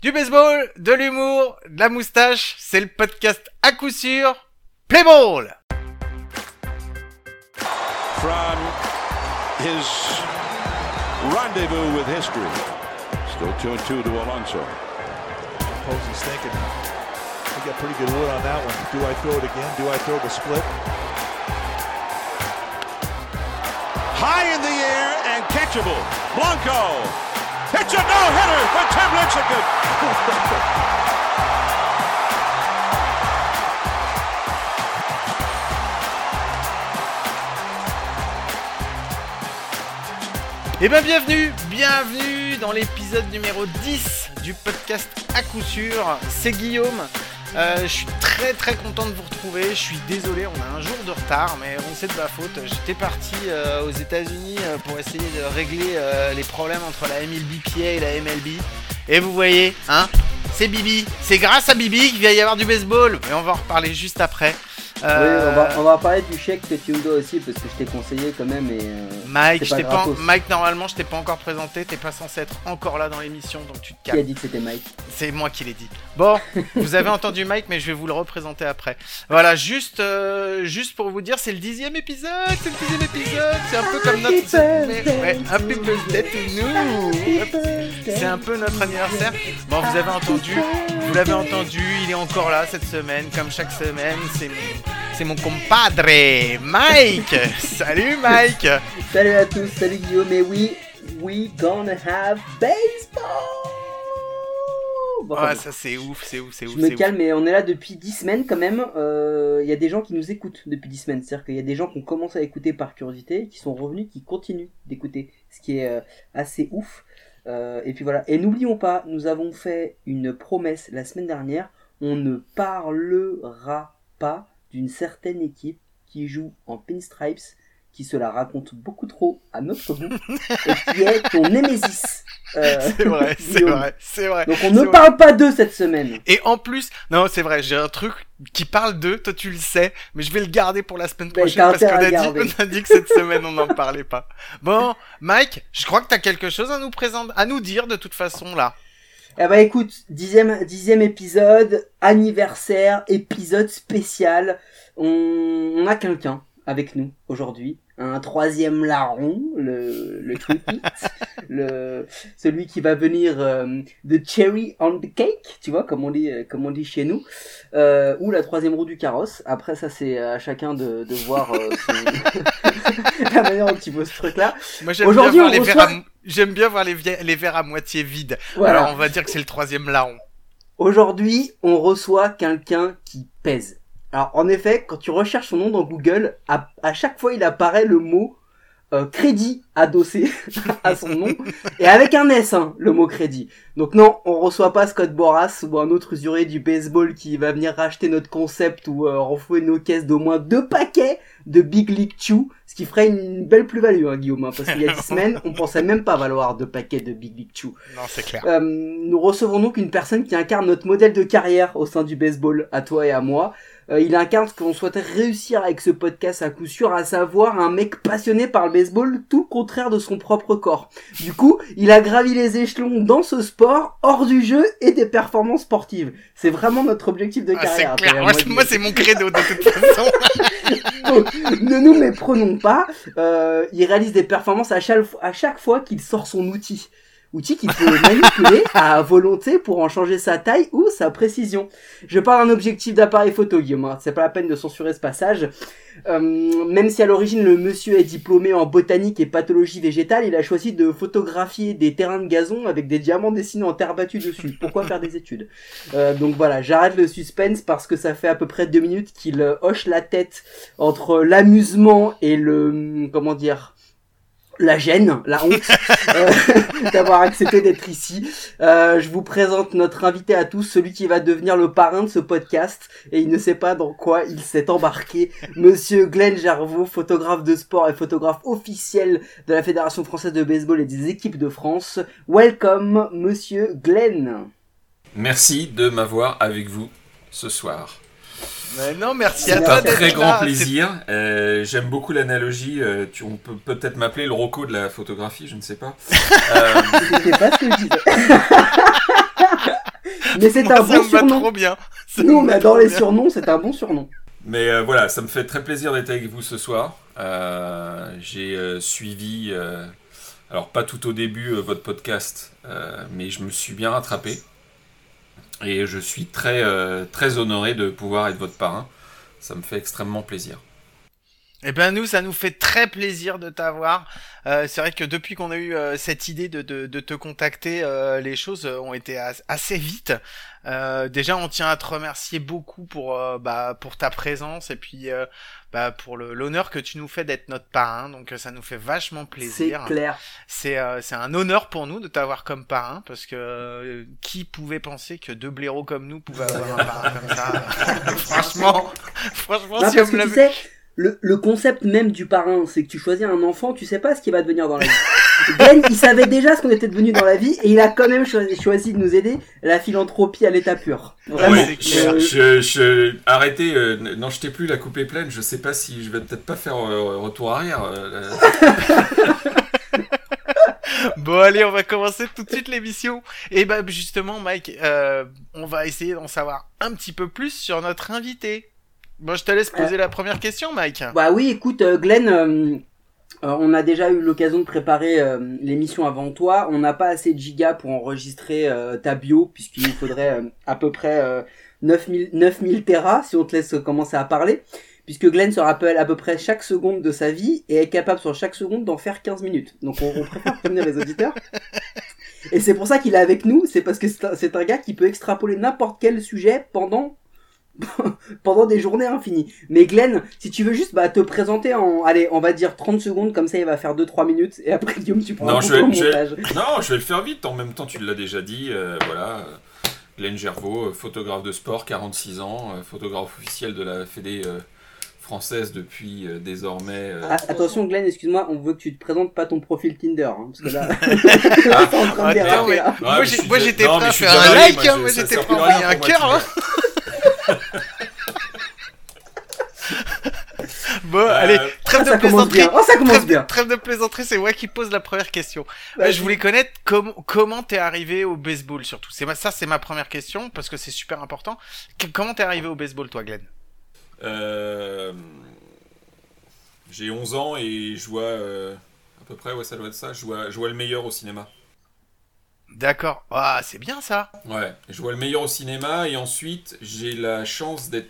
Du baseball, de l'humour, de la moustache, c'est le podcast à coup sûr, Play Ball! From his rendezvous with history. Still 2-2 to Alonso. Posey's thinking, we got pretty good wood on that one. Do I throw it again? Do I throw the split? High in the air and catchable. Blanco. It's a no-hitter for Tim Lincecum. Eh ben bienvenue dans l'épisode numéro 10 du podcast à coup sûr, c'est Guillaume. Je suis très content de vous retrouver, je suis désolé, on a un jour de retard, mais on sait de ma faute. J'étais parti aux États-Unis pour essayer de régler les problèmes entre la MLBPA et la MLB. Et vous voyez, hein, c'est Bibi, c'est grâce à Bibi qu'il va y avoir du baseball, mais on va en reparler juste après. Oui, on va parler du chèque que tu me dois aussi parce que je t'ai conseillé quand même. Et, Mike, normalement, je t'ai pas encore présenté, t'es pas censé être encore là dans l'émission, donc tu te calmes. Qui a dit que c'était Mike? C'est moi qui l'ai dit. Bon, vous avez entendu Mike, mais je vais vous le représenter après. Voilà, juste pour vous dire, c'est le 10e épisode, c'est un peu comme notre... Happy birthday to nous. C'est un peu notre anniversaire. Bon, vous l'avez entendu, il est encore là cette semaine, comme chaque semaine, c'est mon compadre, Mike. Salut Mike. Salut à tous, salut Guillaume, et oui, we gonna have baseball. Bon, ouais, ça c'est ouf. Je me calme, mais on est là depuis 10 semaines quand même. Il y a des gens qui nous écoutent depuis 10 semaines. C'est-à-dire qu'il y a des gens qui ont commencé à écouter par curiosité, qui sont revenus, qui continuent d'écouter, ce qui est assez ouf. Et puis voilà. Et n'oublions pas, nous avons fait une promesse la semaine dernière. On ne parlera pas d'une certaine équipe qui joue en pinstripes, qui se la raconte beaucoup trop à notre goût, et qui est ton némésis. C'est vrai. Donc on ne parle pas d'eux cette semaine. Et en plus, non, c'est vrai, j'ai un truc qui parle d'eux, toi tu le sais, mais je vais le garder pour la semaine prochaine parce qu'on a dit que cette semaine on n'en parlait pas. Bon, Mike, je crois que t'as quelque chose à nous dire de toute façon là. Eh ben écoute, dixième épisode, anniversaire, épisode spécial. On a quelqu'un avec nous aujourd'hui, un troisième larron, le cricket, celui qui va venir the cherry on the cake, tu vois, comme on dit chez nous, ou la troisième roue du carrosse. Après ça c'est à chacun de voir la manière dont il veut ce truc-là. Moi j'aime bien voir les verres à moitié vides. Voilà. Alors on va dire que c'est le troisième larron. Aujourd'hui, on reçoit quelqu'un qui pèse. Alors, en effet, quand tu recherches son nom dans Google, à chaque fois, il apparaît le mot crédit adossé à son nom, et avec un S, hein, le mot crédit. Donc non, on reçoit pas Scott Boras ou un autre usuré du baseball qui va venir racheter notre concept ou renflouer nos caisses d'au moins 2 paquets de Big League Chew, ce qui ferait une belle plus-value, hein, Guillaume, hein, parce qu'il y a 10 semaines, on pensait même pas valoir 2 paquets de Big League Chew. Non, c'est clair. Nous recevons donc une personne qui incarne notre modèle de carrière au sein du baseball, à toi et à moi. Il incarne ce qu'on souhaite réussir avec ce podcast à coup sûr, à savoir un mec passionné par le baseball, tout le contraire de son propre corps. Du coup, il a gravi les échelons dans ce sport, hors du jeu et des performances sportives. C'est vraiment notre objectif de carrière. C'est clair, moi c'est mon credo de toute façon. Donc, ne nous méprenons pas, il réalise des performances à chaque fois qu'il sort son outil qu'il peut manipuler à volonté pour en changer sa taille ou sa précision. Je parle d'un objectif d'appareil photo, Guillaume, hein. C'est pas la peine de censurer ce passage. Même si à l'origine le monsieur est diplômé en botanique et pathologie végétale, il a choisi de photographier des terrains de gazon avec des diamants dessinés en terre battue dessus. Pourquoi faire des études? Donc voilà, j'arrête le suspense parce que ça fait à peu près 2 minutes qu'il hoche la tête entre l'amusement et la gêne, la honte d'avoir accepté d'être ici. Je vous présente notre invité à tous, celui qui va devenir le parrain de ce podcast, et il ne sait pas dans quoi il s'est embarqué. Monsieur Glenn Gervaux, photographe de sport et photographe officiel de la Fédération française de baseball et des équipes de France. Welcome, monsieur Glenn. Merci de m'avoir avec vous ce soir. Mais non, merci c'est à toi. C'est un très grand plaisir. J'aime beaucoup l'analogie. On peut peut-être m'appeler le Rocco de la photographie, je ne sais pas. Je ne sais pas ce que je disais. Mais c'est Moi, un ça bon me va surnom. trop bien. Ça Nous, me on va adore trop les bien. surnoms, c'est un bon surnom. Mais voilà, ça me fait très plaisir d'être avec vous ce soir. J'ai suivi, alors pas tout au début votre podcast, mais je me suis bien rattrapé. Et je suis très, très honoré de pouvoir être votre parrain. Ça me fait extrêmement plaisir. Eh ben nous, ça nous fait très plaisir de t'avoir. C'est vrai que depuis qu'on a eu cette idée de te contacter, les choses ont été assez vite. Déjà, on tient à te remercier beaucoup pour ta présence et puis pour l'honneur que tu nous fais d'être notre parrain. Donc ça nous fait vachement C'est plaisir. clair. C'est un honneur pour nous de t'avoir comme parrain parce que qui pouvait penser que deux blaireaux comme nous pouvaient avoir un parrain comme ça. Franchement, Non, si parce on que me tu l'avait... sais, le concept même du parrain, c'est que tu choisis un enfant, tu sais pas ce qu'il va devenir dans la vie. Glenn, il savait déjà ce qu'on était devenu dans la vie et il a quand même choisi de nous aider. La philanthropie à l'état pur. Vraiment. Ouais, c'est clair. Arrêtez, non, je t'ai plus la coupe est pleine. Je sais pas si je vais peut-être pas faire retour arrière. Bon allez, on va commencer tout de suite l'émission. Et bah justement Mike, on va essayer d'en savoir un petit peu plus sur notre invité. Bon, je te laisse poser la première question Mike. Bah oui, écoute, Glenn, on a déjà eu l'occasion de préparer l'émission avant toi. On n'a pas assez de gigas pour enregistrer ta bio, puisqu'il nous faudrait à peu près 9000 terras si on te laisse commencer à parler. Puisque Glenn se rappelle à peu près chaque seconde de sa vie et est capable sur chaque seconde d'en faire 15 minutes. Donc on préfère prévenir les auditeurs. Et c'est pour ça qu'il est avec nous, c'est parce que c'est un gars qui peut extrapoler n'importe quel sujet pendant des journées infinies. Mais Glenn, si tu veux juste te présenter en, allez, on va dire 30 secondes, comme ça il va faire 2-3 minutes, et après Guillaume tu prends Non, un je vais montage. le faire vite. En même temps, tu l'as déjà dit. Voilà. Glenn Gervaux, photographe de sport, 46 ans, photographe officiel de la Fédé française depuis désormais. Attention Glenn, excuse-moi, on veut que tu te présentes pas ton profil Tinder, hein, parce que là, là t'es en train de Attends, déraper, là. moi j'étais prêt à je suis faire un déjà like, marié, moi ça j'étais sert prêt à plus à rien envoyer un pour cœur. moi, Bon, allez, trêve de Ça commence plaisanterie. bien. Oh, ça commence bien. Trêve de plaisanterie, c'est moi qui pose la première question. Vas-y. Je voulais connaître comment t'es arrivé au baseball surtout. C'est ma première question parce que c'est super important. Comment t'es arrivé au baseball toi, Glenn? J'ai 11 ans et je vois à peu près, ouais, ça doit être ça. Je vois le meilleur au cinéma. D'accord. Ah, c'est bien ça. Ouais, je vois le meilleur au cinéma et ensuite j'ai la chance de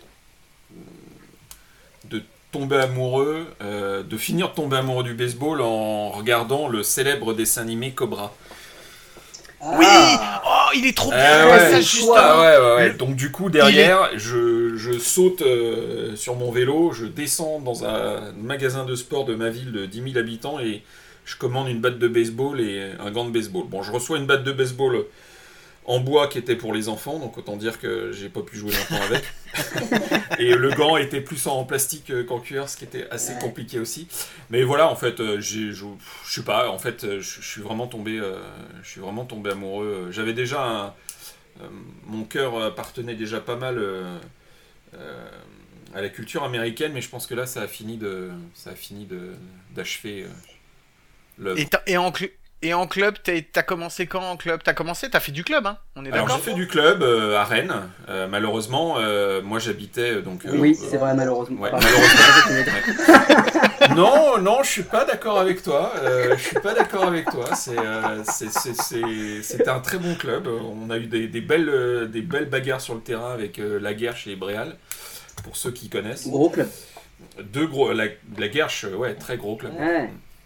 tomber amoureux, de finir de tomber amoureux du baseball en regardant le célèbre dessin animé Cobra. Oui. Oh, il est trop bien. Ouais, Ça, c'est justement. ouais. Donc du coup derrière, je saute sur mon vélo, je descends dans un magasin de sport de ma ville de 10 000 habitants et je commande une batte de baseball et un gant de baseball. Bon, je reçois une batte de baseball en bois qui était pour les enfants, donc autant dire que j'ai pas pu jouer longtemps avec. Et le gant était plus en plastique qu'en cuir, ce qui était assez compliqué aussi. Mais voilà, en fait, je sais pas, en fait, je suis vraiment tombé amoureux. J'avais déjà mon cœur appartenait déjà pas mal à la culture américaine, mais je pense que là, ça a fini d'achever l'œuvre. Et en club, t'as commencé quand en club? T'as fait du club, hein? On est Alors d'accord? j'ai fait du club à Rennes. Malheureusement, moi j'habitais donc. Oui, c'est vrai, malheureusement. Ouais, Pardon. malheureusement. Non, je suis pas d'accord avec toi. C'était un très bon club. On a eu des belles bagarres sur le terrain avec la Guerche et Bréal, pour ceux qui connaissent. Gros club. La Guerche, ouais, très gros club. Ouais.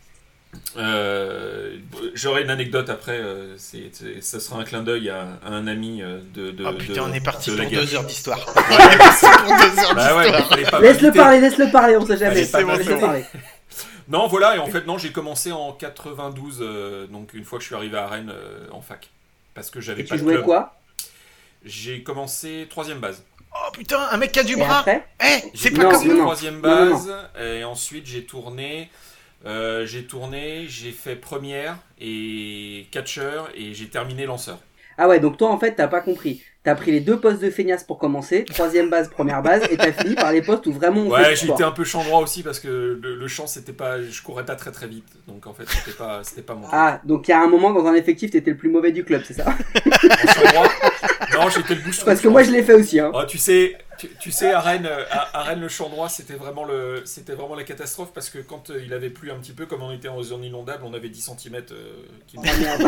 J'aurai une anecdote après, ça sera un clin d'œil à un ami de Oh putain, on est parti de pour la 2 Guerche. heures d'histoire. On est parti pour 2 heures Bah ouais, d'histoire. mais fallait pas Laisse-le parler, on sait jamais. Allez, c'est bon, Laisse-le c'est parler. Non, voilà, et en fait, non, j'ai commencé en 92, donc une fois que je suis arrivé à Rennes en fac. Parce que j'avais Et pas tu de jouais club. quoi? J'ai commencé 3ème base. Oh putain, un mec qui a du Et bras. après? C'est J'ai pas Non, comme commencé nous. 3ème base, et ensuite j'ai tourné, j'ai fait première et catcheur, et j'ai terminé lanceur. Ah ouais, donc toi en fait t'as pas compris. T'as pris les 2 postes de feignasse pour commencer, 3ème base, première base, et t'as fini par les postes où vraiment on fait Ouais, du sport. j'étais un peu champ droit aussi parce que le champ c'était pas, je courais pas très très vite, donc en fait c'était pas mon truc. Ah, donc il y a un moment dans un effectif t'étais le plus mauvais du club, c'est ça? En champ droit. Non, j'étais le bouche-trou. Parce que moi je l'ai fait aussi. Hein. Oh, tu sais, à Rennes, le champ droit, c'était vraiment la catastrophe parce que quand il avait plu un petit peu, comme on était en zone inondable, on avait 10 cm qui nous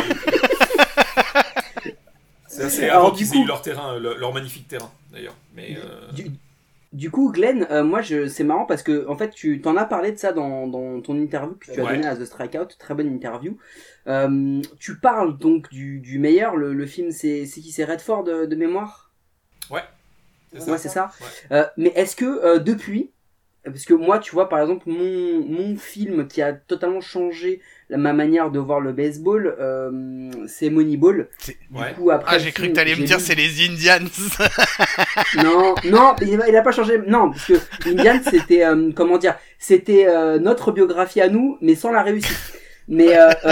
C'est assez avant qu'ils aient eu leur terrain, leur magnifique terrain d'ailleurs. Mais Du coup, Glenn, moi, c'est marrant parce que en fait, tu t'en as parlé de ça dans ton interview que tu as donné à The Strikeout, très bonne interview. Tu parles donc du meilleur, le film, c'est qui, c'est Redford de mémoire? Ouais. C'est ça. Ouais. Mais est-ce que depuis, parce que moi, tu vois, par exemple, mon film qui a totalement changé ma manière de voir le baseball, c'est Moneyball. Du coup, après, j'ai cru que t'allais me dire c'est les Indians. Non, il a pas changé. Non, parce que Indians, c'était, c'était notre biographie à nous, mais sans la réussite. Mais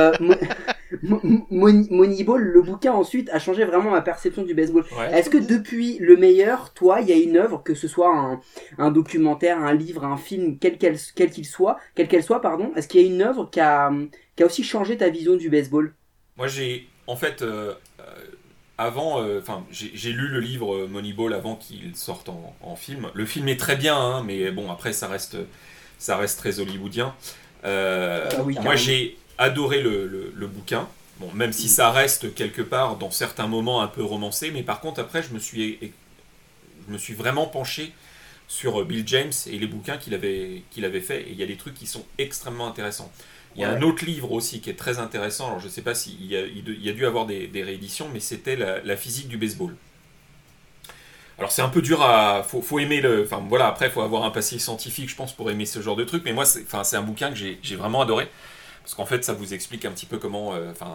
Moneyball, le bouquin ensuite a changé vraiment ma perception du baseball. Ouais. Est-ce que depuis le meilleur, toi, il y a une œuvre, que ce soit un documentaire, un livre, un film, quelle qu'elle soit, est-ce qu'il y a une œuvre qui a aussi changé ta vision du baseball? Moi, j'ai en fait avant, j'ai lu le livre Moneyball avant qu'il sorte en film. Le film est très bien, hein, mais bon, après ça reste très hollywoodien. Moi, j'ai adoré le bouquin. Bon, même si ça reste quelque part dans certains moments un peu romancé, mais par contre après je me suis vraiment penché sur Bill James et les bouquins qu'il avait fait, et il y a des trucs qui sont extrêmement intéressants. Il y a un autre livre aussi qui est très intéressant, alors je ne sais pas s'il y a dû avoir des rééditions, mais c'était la physique du baseball. Alors c'est un peu dur faut aimer après il faut avoir un passé scientifique je pense pour aimer ce genre de truc, mais moi c'est un bouquin que j'ai vraiment adoré. Parce qu'en fait, ça vous explique un petit peu comment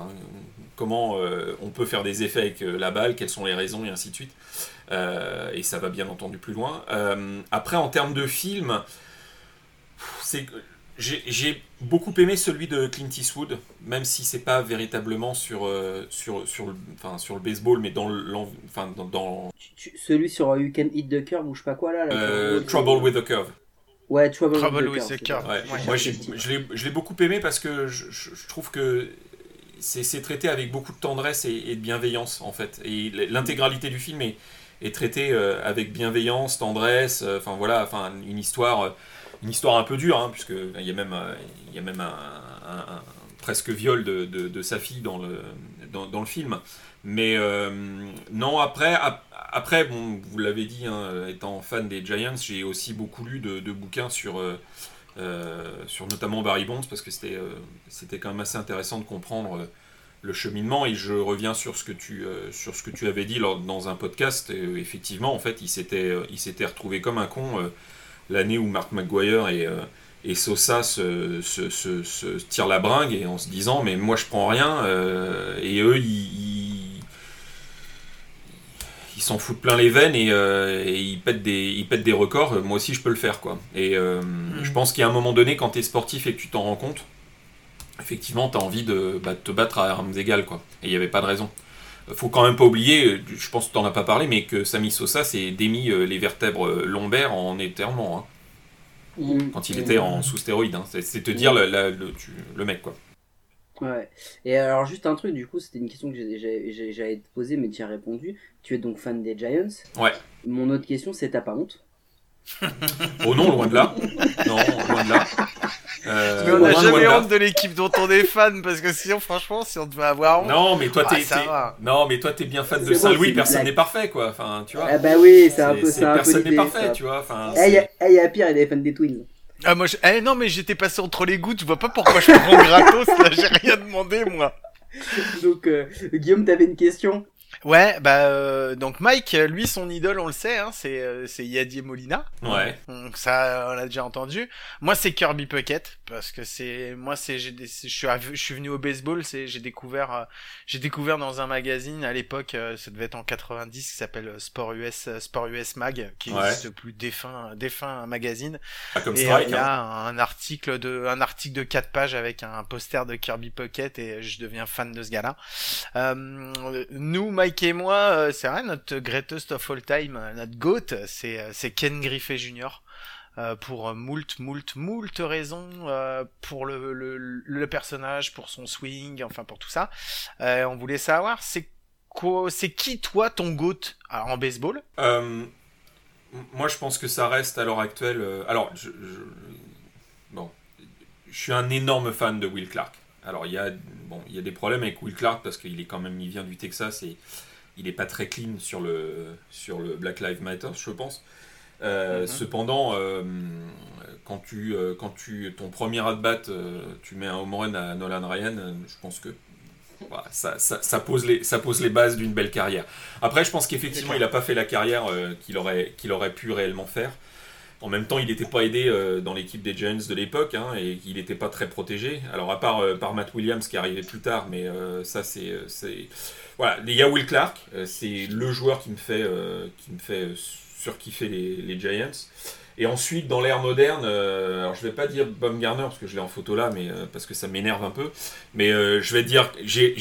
on peut faire des effets avec la balle, quelles sont les raisons, et ainsi de suite. Et ça va bien entendu plus loin. Après, en termes de film, j'ai beaucoup aimé celui de Clint Eastwood, même si c'est pas véritablement sur le baseball, mais dans celui sur You Can Hit the Curve ou je sais pas quoi là. Trouble with the Curve. Ouais, Trouble with the Curve. Ouais. Moi, je l'ai beaucoup aimé parce que je trouve que c'est traité avec beaucoup de tendresse et de bienveillance, en fait. Et l'intégralité du film est traitée avec bienveillance, tendresse, une histoire un peu dure, hein, puisque il y a même un presque viol de sa fille dans le film. Mais non, après, bon, vous l'avez dit, hein, étant fan des Giants, j'ai aussi beaucoup lu de bouquins sur notamment Barry Bonds, parce que c'était quand même assez intéressant de comprendre le cheminement, et je reviens sur ce que tu avais dit dans un podcast. Effectivement, en fait, il s'était retrouvé comme un con l'année où Mark McGwire et Sosa se tirent la bringue, et en se disant mais moi je prends rien, et eux ils s'en foutent plein les veines, et ils pètent des records. Moi aussi je peux le faire, quoi. Et je pense qu'il y a un moment donné, quand t'es sportif et que tu t'en rends compte, effectivement t'as envie de te battre à armes égales, quoi. Et il n'y avait pas de raison. Faut quand même pas oublier, je pense que t'en as pas parlé, mais que Sammy Sosa s'est démis les vertèbres lombaires en éternuant, hein, quand il était sous stéroïdes, hein. C'est te dire le mec, quoi. Ouais. Et alors juste un truc, du coup, c'était une question que j'allais te poser, mais tu as répondu. Tu es donc fan des Giants. Ouais. Mon autre question, c'est t'as pas honte? Oh non, loin de là. Non, loin de là. Mais on n'a jamais honte de l'équipe dont on est fan, parce que sinon, franchement, si on devait avoir honte. Non, mais toi, t'es bien fan de Saint-Louis, personne n'est parfait, quoi. Enfin, tu vois. Ah bah oui, c'est un peu ça. Personne n'est parfait, tu vois. Enfin, il y a pire, il est fan des Twins. Ah, moi, non, mais j'étais passé entre les gouttes, je vois pas pourquoi je prends gratos, là, j'ai rien demandé, moi. Donc, Guillaume, t'avais une question? Ouais, donc Mike, lui, son idole, on le sait, hein, c'est Yadier Molina. Ouais. Donc ça, on l'a déjà entendu. Moi, c'est Kirby Puckett, parce que je suis venu au baseball, j'ai découvert dans un magazine à l'époque, ça devait être en 90, qui s'appelle Sport US Mag, qui existe plus, défunt magazine. Ah, comme et Strike, il y a un article de 4 pages avec un poster de Kirby Puckett, et je deviens fan de ce gars-là. Nous, Mike et moi, c'est vrai, notre greatest of all time, notre GOAT, c'est Ken Griffey Jr. Pour moult raisons, pour le personnage, pour son swing, enfin pour tout ça. On voulait savoir, c'est c'est qui toi ton GOAT en baseball? Moi, je pense que ça reste à l'heure actuelle. Bon, je suis un énorme fan de Will Clark. Alors, il y a des problèmes avec Will Clark parce qu'il vient du Texas et il est pas très clean sur le Black Lives Matter, je pense. Cependant, quand ton premier at-bat, tu mets un home run à Nolan Ryan, je pense que voilà, ça pose les bases d'une belle carrière. Après, je pense qu'effectivement, il n'a pas fait la carrière qu'il aurait pu réellement faire. En même temps, il n'était pas aidé dans l'équipe des Giants de l'époque, hein, et il n'était pas très protégé. Alors, à part par Matt Williams qui est arrivé plus tard, mais ça, c'est... Voilà, il y a Will Clark, c'est le joueur qui me fait surkiffer les Giants. Et ensuite, dans l'ère moderne, alors je vais pas dire Bumgarner parce que je l'ai en photo là, mais parce que ça m'énerve un peu. Mais je vais dire,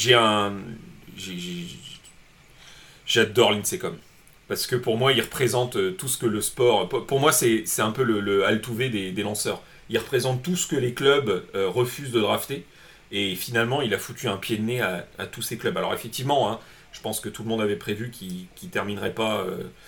j'adore Lindsey Combs parce que pour moi, il représente tout ce que le sport. Pour moi, c'est un peu le Altuve des lanceurs. Il représente tout ce que les clubs refusent de drafter. Et finalement, il a foutu un pied de nez à tous ces clubs. Alors effectivement, hein, je pense que tout le monde avait prévu qu'il terminerait pas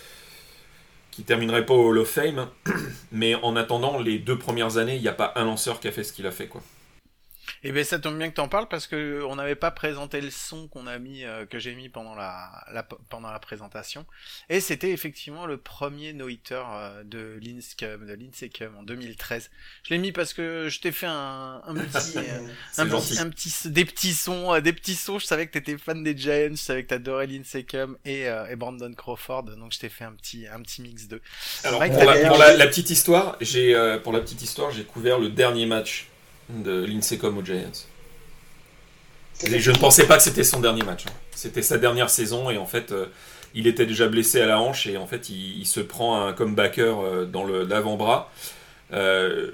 au Hall of Fame, mais en attendant les 2 premières années, il n'y a pas un lanceur qui a fait ce qu'il a fait, quoi. Et ben ça tombe bien que t'en parles parce que on n'avait pas présenté le son que j'ai mis pendant la présentation, et c'était effectivement le premier no-hitter de Lindsey Combs en 2013. Je l'ai mis parce que je t'ai fait des petits sons. Je savais que t'étais fan des Giants, je savais que t'adorais Lindsey Combs et Brandon Crawford, donc je t'ai fait un petit mix d'eux. Alors pour la petite histoire, j'ai couvert le dernier match de Lindsey Combs aux Giants. Et je ne pensais pas que c'était son dernier match. C'était sa dernière saison et en fait, il était déjà blessé à la hanche et en fait, il se prend un comebacker dans l'avant-bras. Enfin,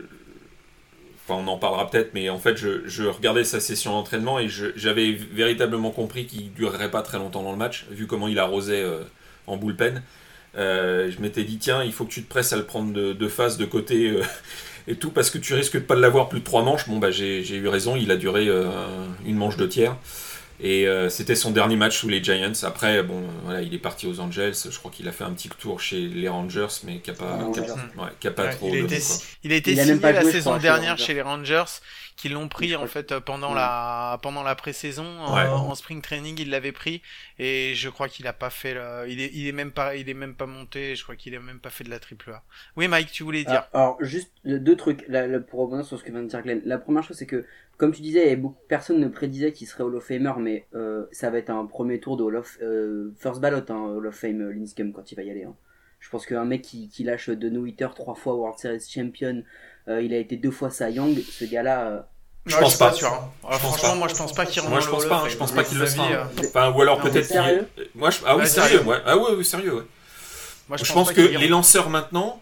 on en parlera peut-être, mais en fait, je regardais sa session d'entraînement et j'avais véritablement compris qu'il ne durerait pas très longtemps dans le match, vu comment il arrosait en bullpen. Je m'étais dit, tiens, il faut que tu te presses à le prendre de face, de côté... et tout, parce que tu risques de pas de l'avoir plus de 3 manches. Bon, bah j'ai eu raison, il a duré une manche 2 tiers. Et c'était son dernier match sous les Giants. Après, bon, voilà, il est parti aux Angels. Je crois qu'il a fait un petit tour chez les Rangers, mais qui a pas trop. Il a été signé la saison dernière chez les Rangers, qui l'ont pris en fait pendant la pré-saison en spring training. Il l'avait pris et je crois qu'il a pas fait. Il est même pas monté. Je crois qu'il a même pas fait de la AAA. Oui, Mike, tu voulais dire. Alors juste 2 trucs pour rebondir sur ce que vient de dire Glenn. La première chose, c'est que comme tu disais, beaucoup de personnes ne prédisaient qu'il serait Hall of Famer, mais ça va être un premier tour de first ballot, Hall of Fame, Lindsey Combs quand il va y aller. Hein. Je pense qu'un mec qui lâche de no-hitter 3 fois World Series champion, il a été 2 fois Cy Young, ce gars-là. Je pense pas. Sûr, hein. Franchement, moi je pense pas qu'il rentre. Moi je pense pas. Je pense pas qu'il le sera. Enfin, ou alors peut-être. Sérieux sérieux. Ouais. Ah oui, sérieux. Ouais. Moi, je pense que les lanceurs maintenant,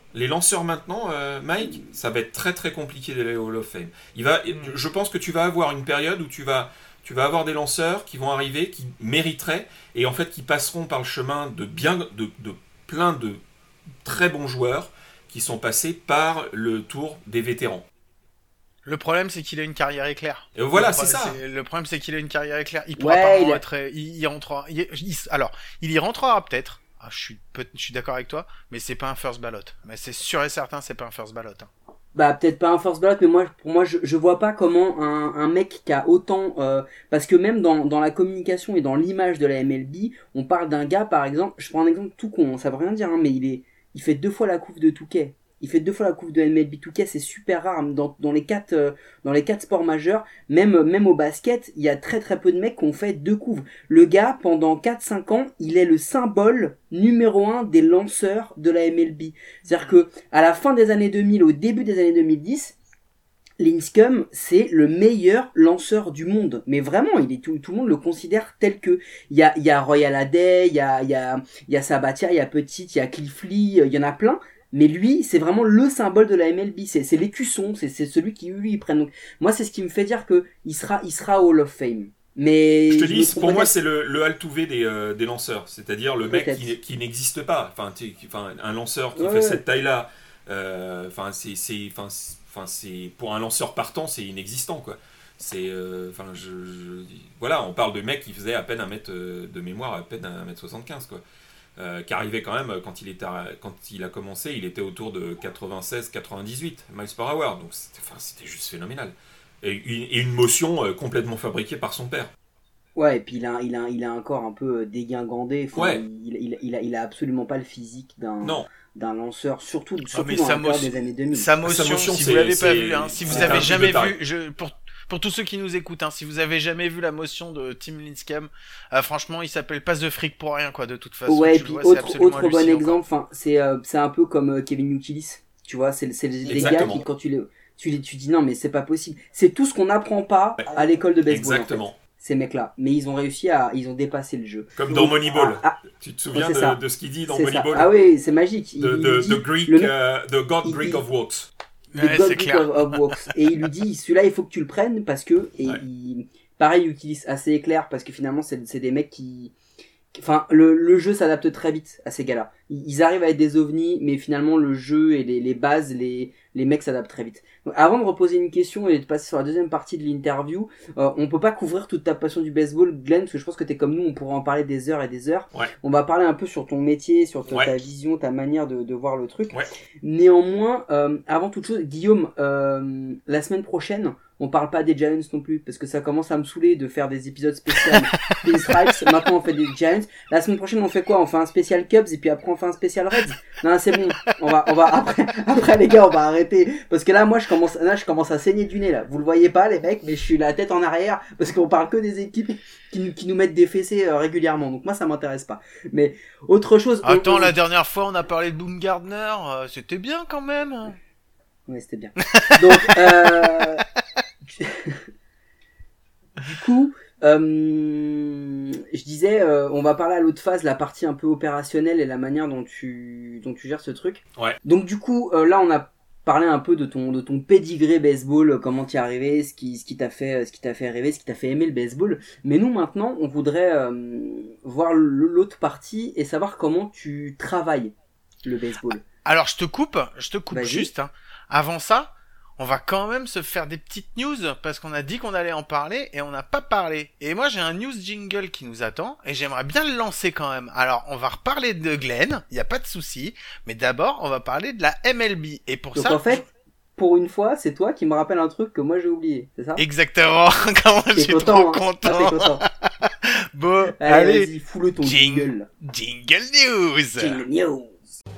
Mike, ça va être très très compliqué d'aller au Hall of Fame. Je pense que tu vas avoir une période où tu vas avoir des lanceurs qui vont arriver, qui mériteraient, et en fait qui passeront par le chemin de plein de très bons joueurs qui sont passés par le tour des vétérans. Le problème, c'est qu'il a une carrière éclair. Et voilà, c'est ça. Le problème, c'est qu'il a une carrière éclair. Il pourra pas être. Il rentrera. Alors, il y rentrera peut-être. Je suis d'accord avec toi, mais c'est pas un first ballot. Mais c'est sûr et certain, c'est pas un first ballot. Hein. Bah peut-être pas un first ballot, mais pour moi, je vois pas comment un mec qui a autant, parce que même dans la communication et dans l'image de la MLB, on parle d'un gars, par exemple, je prends un exemple tout con, ça veut rien dire, hein, mais il fait 2 fois la couve de Touquet. Il fait 2 fois la couve de MLB 2K, c'est super rare dans les 4 sports majeurs, même au basket, il y a très très peu de mecs qui ont fait 2 couves. Le gars, pendant 4-5 ans, il est le symbole numéro 1 des lanceurs de la MLB. C'est-à-dire que à la fin des années 2000, au début des années 2010, Lindsey Combs, c'est le meilleur lanceur du monde. Mais vraiment, tout le monde le considère tel que. Il y a Royal Haday, il y a Sabathia, il y a Petit, il y a Cliff Lee, il y en a plein. Mais lui, c'est vraiment le symbole de la MLB. C'est l'écusson, c'est celui qui ils prennent. Donc, moi, c'est ce qui me fait dire que il sera Hall of Fame. Mais je te dis, pour moi, c'est le Altuve des lanceurs, c'est-à-dire le mec qui n'existe pas. Enfin, un lanceur qui fait cette taille-là. C'est pour un lanceur partant, c'est inexistant, quoi. C'est, voilà, on parle de mecs qui faisaient à peine de mémoire, à peine 1m75, quoi. Qui arrivait quand même, quand il a commencé, il était autour de 96-98 miles par hour, donc c'était juste phénoménal. Et une motion complètement fabriquée par son père. Ouais, et puis il a un corps un peu dégingandé. Ouais. Il a absolument pas le physique d'un lanceur, surtout dans la période des années 2000. Sa motion, si vous l'avez pas vu, si vous avez jamais vu, pour tous ceux qui nous écoutent, si vous avez jamais vu la motion de Tim Lincecum, franchement, il s'appelle Passe de fric pour rien, quoi, de toute façon. Ouais, et puis autre bon exemple, c'est un peu comme Kevin Youkilis, tu vois, c'est des gars qui, quand tu dis non, mais c'est pas possible. C'est tout ce qu'on n'apprend pas à l'école de baseball. Exactement. En fait, ces mecs-là, mais ils ont dépassé le jeu. Comme dans Moneyball. Tu te souviens de ce qu'il dit dans Moneyball? Ah oui, c'est magique. The God Greek of Walks. The God Greek of Walks. Et il lui dit, celui-là, il faut que tu le prennes parce que, pareil, il utilise assez éclair parce que finalement, c'est des mecs qui, enfin, le jeu s'adapte très vite à ces gars-là. Ils arrivent à être des ovnis, mais finalement, le jeu et les bases, les mecs s'adaptent très vite. Donc, avant de reposer une question et de passer sur la deuxième partie de l'interview, on peut pas couvrir toute ta passion du baseball, Glenn, parce que je pense que t'es comme nous, on pourra en parler des heures et des heures. Ouais. On va parler un peu sur ton métier, sur ta vision, ta manière de voir le truc. Ouais. Néanmoins, avant toute chose, Guillaume, la semaine prochaine, on parle pas des Giants non plus, parce que ça commence à me saouler de faire des épisodes spéciaux Pinstripes. Maintenant, on fait des Giants. La semaine prochaine, on fait quoi? On fait un spécial Cubs et puis après, on fait un spécial Reds. Non, c'est bon. On va après les gars, on va arrêter. Parce que là, moi, je commence à saigner du nez, là. Vous le voyez pas, les mecs, mais je suis la tête en arrière parce qu'on parle que des équipes qui nous mettent des fessées régulièrement. Donc moi, ça m'intéresse pas. Mais autre chose. Attends, la dernière fois, on a parlé de Baumgartner. C'était bien quand même. Ouais, c'était bien. Donc, du coup, je disais, on va parler à l'autre phase, la partie un peu opérationnelle et la manière dont tu gères ce truc. Ouais. Donc du coup, là, on a parlé un peu de ton pédigré baseball, comment t'y es arrivé, ce qui t'a fait rêver, ce qui t'a fait aimer le baseball. Mais nous, maintenant, on voudrait voir l'autre partie et savoir comment tu travailles le baseball. Alors, je te coupe Vas-y. juste. Avant ça, on va quand même se faire des petites news parce qu'on a dit qu'on allait en parler et on n'a pas parlé. Et moi, j'ai un news jingle qui nous attend et j'aimerais bien le lancer quand même. Alors, on va reparler de Glenn, il y a pas de souci, mais d'abord, on va parler de la MLB. Et pour Donc ça, en fait, pour une fois, c'est toi qui me rappelle un truc que moi j'ai oublié, c'est ça? Exactement. Comment je suis trop content. Ah, t'es content. Bon, allez, vas-y, foule ton jingle news. Jingle news.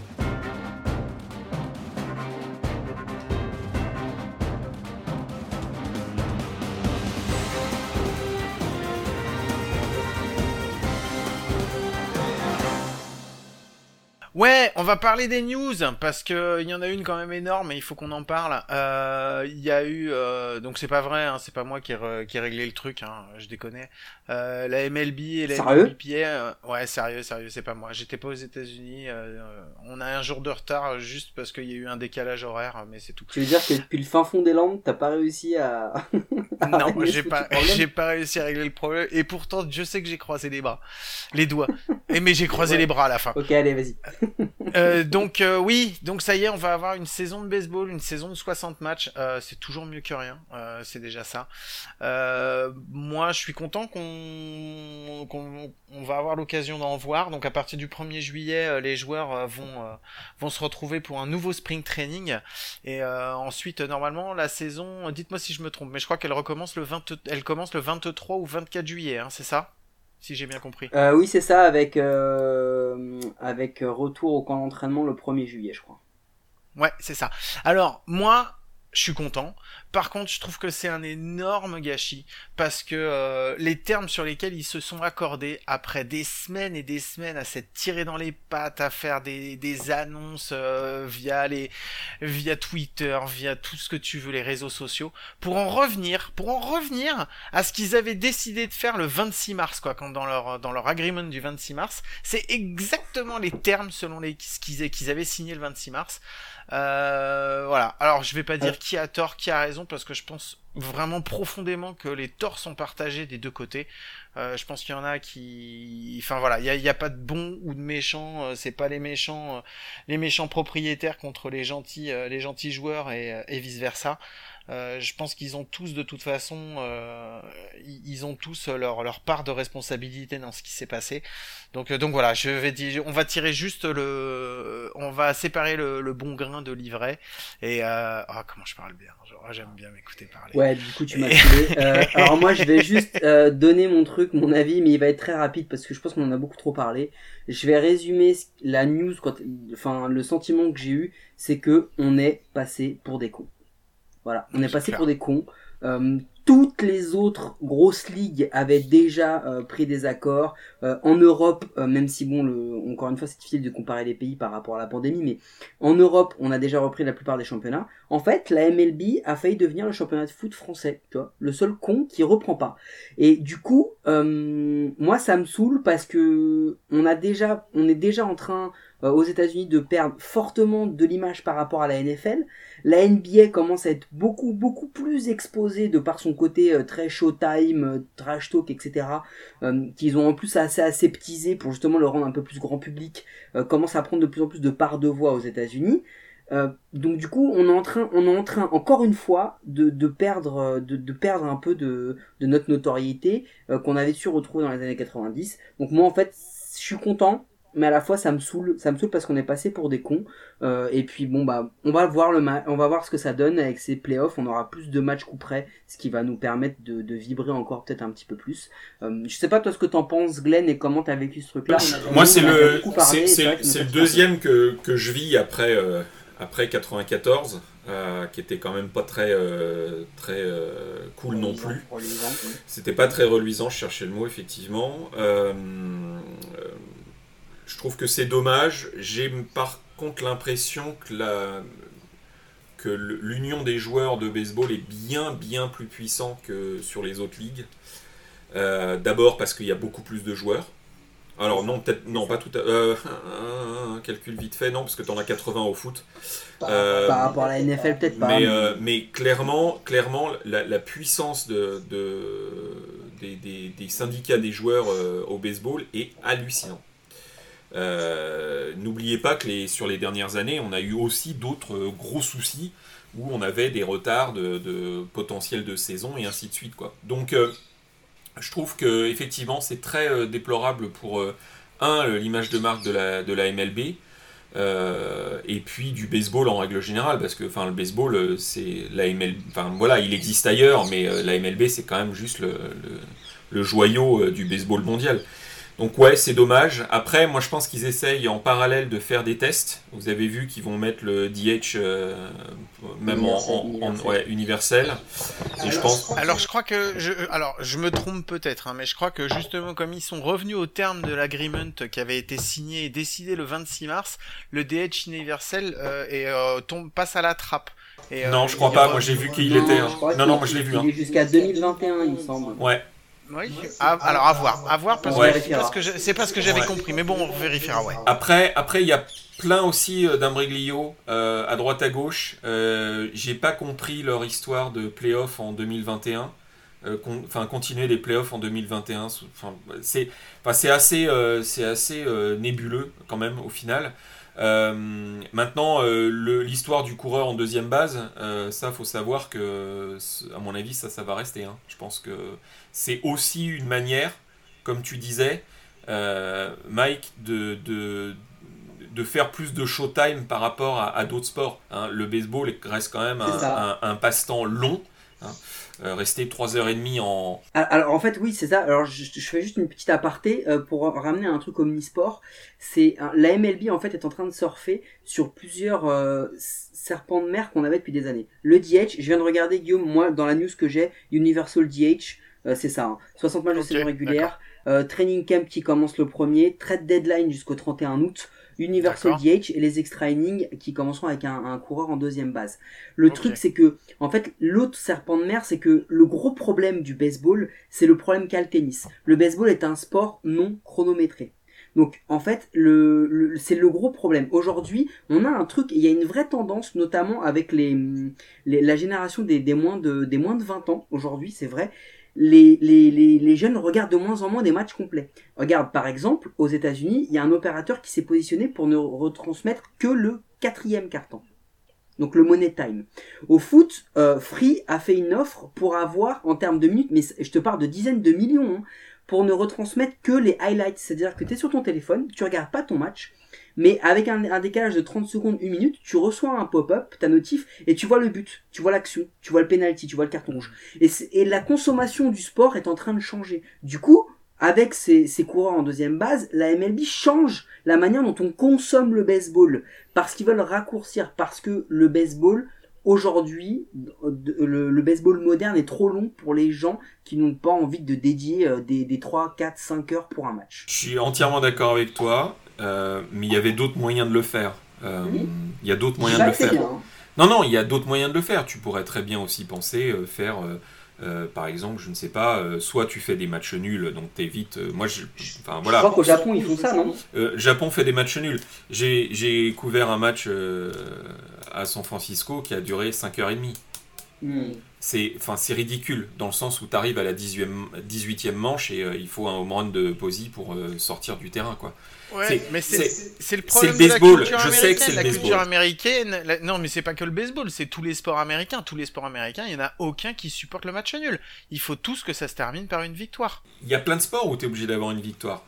Ouais, on va parler des news parce que il y en a une quand même énorme et il faut qu'on en parle. Il y a eu donc c'est pas vrai, c'est pas moi qui ai réglé le truc, je déconne. La MLB et la NBPA, ouais sérieux, c'est pas moi. J'étais pas aux États-Unis. On a un jour de retard juste parce qu'il y a eu un décalage horaire, mais c'est tout. Tu veux dire que depuis le fin fond des Landes, t'as pas réussi à non, j'ai pas réussi à régler le problème et pourtant Dieu sait que j'ai croisé les doigts. Mais j'ai croisé les bras à la fin. Ok, allez, vas-y. Donc ça y est, on va avoir une saison de baseball, une saison de 60 matchs, c'est toujours mieux que rien, c'est déjà ça. Moi je suis content qu'on va avoir l'occasion d'en voir, donc à partir du 1er juillet, les joueurs vont se retrouver pour un nouveau spring training, et ensuite normalement la saison, dites-moi si je me trompe, mais je crois qu'elle commence le 23 ou 24 juillet, c'est ça ? Si j'ai bien compris. Oui, c'est ça, avec retour au camp d'entraînement le 1er juillet, je crois. Ouais, c'est ça. Alors, moi, je suis content. Par contre, je trouve que c'est un énorme gâchis parce que les termes sur lesquels ils se sont accordés après des semaines et des semaines à s'être tirés dans les pattes, à faire des annonces via Twitter, via tout ce que tu veux, les réseaux sociaux, pour en revenir à ce qu'ils avaient décidé de faire le 26 mars, quoi, quand dans leur agreement du 26 mars, c'est exactement les termes selon qu'ils avaient signé le 26 mars. Voilà. Alors, je vais pas dire qui a tort, qui a raison, parce que je pense vraiment profondément que les torts sont partagés des deux côtés. Je pense qu'il y en a enfin voilà, il y a pas de bons ou de méchants. C'est pas les méchants propriétaires contre les gentils joueurs et vice versa. Je pense qu'ils ont tous de toute façon, ils ont tous leur part de responsabilité dans ce qui s'est passé. Donc voilà, on va tirer juste on va séparer le bon grain de l'ivraie. Et comment je parle bien. J'aime bien m'écouter parler. Ouais, du coup tu m'as tué. Alors moi je vais juste donner mon avis, mais il va être très rapide parce que je pense qu'on en a beaucoup trop parlé. Je vais résumer la news, le sentiment que j'ai eu, c'est que on est passé pour des cons. Voilà, on est passé pour des cons. Toutes les autres grosses ligues avaient déjà pris des accords. En Europe, même si encore une fois c'est difficile de comparer les pays par rapport à la pandémie, mais en Europe on a déjà repris la plupart des championnats. En fait, la MLB a failli devenir le championnat de foot français, tu vois, le seul con qui reprend pas. Et du coup, moi ça me saoule parce que on est déjà en train aux États-Unis de perdre fortement de l'image par rapport à la NFL. La NBA commence à être beaucoup plus exposée de par son côté très showtime, trash talk, etc. Qu'ils ont en plus assez aseptisé pour justement le rendre un peu plus grand public. Commence à prendre de plus en plus de part de voix aux États-Unis. Donc du coup, on est en train encore une fois de perdre un peu de notre notoriété qu'on avait su retrouver dans les années 90. Donc moi en fait, je suis content. Mais à la fois ça me saoule parce qu'on est passé pour des cons. Et puis on va voir ce que ça donne avec ces playoffs. On aura plus de matchs coup près, ce qui va nous permettre de vibrer encore peut-être un petit peu plus. Je sais pas toi ce que t'en penses, Glenn, et comment t'as vécu ce truc-là. Moi c'est le deuxième que je vis après 94, qui était quand même pas très cool non plus. C'était pas très reluisant, je cherchais le mot effectivement. Je trouve que c'est dommage. J'ai par contre l'impression que l'union des joueurs de baseball est bien plus puissant que sur les autres ligues. D'abord parce qu'il y a beaucoup plus de joueurs. Alors non, peut-être non, pas tout un calcul vite fait, non, parce que t'en as 80 au foot. Par rapport à la NFL, peut-être pas. Mais clairement, la puissance des syndicats des joueurs au baseball est hallucinante. N'oubliez pas que sur les dernières années, on a eu aussi d'autres gros soucis où on avait des retards de potentiel de saison et ainsi de suite, quoi. Donc, je trouve que effectivement, c'est très déplorable pour l'image de marque de la MLB. Et puis du baseball en règle générale, parce que le baseball, c'est la MLB. Il existe ailleurs, mais la MLB, c'est quand même juste le joyau du baseball mondial. Donc ouais, c'est dommage. Après, moi je pense qu'ils essayent en parallèle de faire des tests. Vous avez vu qu'ils vont mettre le DH même universel. Et je pense. Alors je crois que je me trompe peut-être, mais je crois que justement comme ils sont revenus au terme de l'agreement qui avait été signé et décidé le 26 mars, le DH universel passe à la trappe. Non, je crois pas. Moi j'ai vu qu'il était. Non, moi je l'ai vu. Il est jusqu'à 2021, il me semble. Ouais. Oui. Alors à voir parce que c'est pas ce que j'avais compris, mais bon, on vérifiera. Ouais. Après il y a plein aussi d'imbroglio à droite à gauche. J'ai pas compris leur histoire de playoff en 2021. Continuer les playoffs en 2021. C'est assez nébuleux quand même au final. Maintenant, l'histoire du coureur en deuxième base, ça faut savoir que, à mon avis, ça va rester. Je pense que c'est aussi une manière, comme tu disais, Mike, de faire plus de showtime par rapport à d'autres sports. Le baseball reste quand même un passe-temps long. Rester 3h30 en... Alors en fait oui c'est ça. Alors je fais juste une petite aparté pour ramener un truc omnisport. C'est la MLB en fait est en train de surfer sur plusieurs serpents de mer qu'on avait depuis des années. Le DH, je viens de regarder Guillaume, moi dans la news que j'ai, Universal DH, c'est ça, 60 matchs de saison régulière, training camp qui commence le 1er, trade deadline jusqu'au 31 août. Universal DH et les extra innings qui commenceront avec un coureur en deuxième base. Le truc c'est que, en fait, l'autre serpent de mer, c'est que le gros problème du baseball, c'est le problème qu'a le tennis. Le baseball est un sport non chronométré. Donc, en fait, c'est le gros problème. Aujourd'hui, on a un truc, il y a une vraie tendance, notamment avec la génération des moins de 20 ans, aujourd'hui, c'est vrai. Les jeunes regardent de moins en moins des matchs complets. Regarde, par exemple, aux États-Unis, il y a un opérateur qui s'est positionné pour ne retransmettre que le 4e quart-temps. Donc le Money Time. Au foot, Free a fait une offre pour avoir, en termes de minutes, mais je te parle de dizaines de millions, hein, pour ne retransmettre que les highlights. C'est-à-dire que tu es sur ton téléphone, tu regardes pas ton match, mais avec un décalage de 30 secondes, 1 minute, tu reçois un pop-up, ta notif, et tu vois le but, tu vois l'action, tu vois le penalty, tu vois le carton rouge. Et la consommation du sport est en train de changer. Du coup, avec ces coureurs en deuxième base, la MLB change la manière dont on consomme le baseball. Parce qu'ils veulent raccourcir, parce que le baseball, aujourd'hui, le baseball moderne est trop long pour les gens qui n'ont pas envie de dédier des 3, 4, 5 heures pour un match. Je suis entièrement d'accord avec toi, mais il y avait d'autres moyens de le faire. Il y a d'autres moyens de le faire. Bien, hein. Non, il y a d'autres moyens de le faire. Tu pourrais très bien aussi penser faire... par exemple, je ne sais pas, soit tu fais des matchs nuls, donc t'évites. Enfin voilà. Je crois qu'au Japon ils font ça, non ? Japon fait des matchs nuls. J'ai couvert un match à San Francisco qui a duré 5h30. C'est ridicule, dans le sens où tu arrives à la 18e manche et il faut un home run de Posey pour sortir du terrain, quoi. Ouais, mais c'est le problème c'est le baseball. de la culture Je américaine. sais que c'est le la baseball. Culture américaine, non, mais c'est pas que le baseball, c'est tous les sports américains. Tous les sports américains, il y en a aucun qui supporte le match nul. Il faut tous que ça se termine par une victoire. Il y a plein de sports où tu es obligé d'avoir une victoire.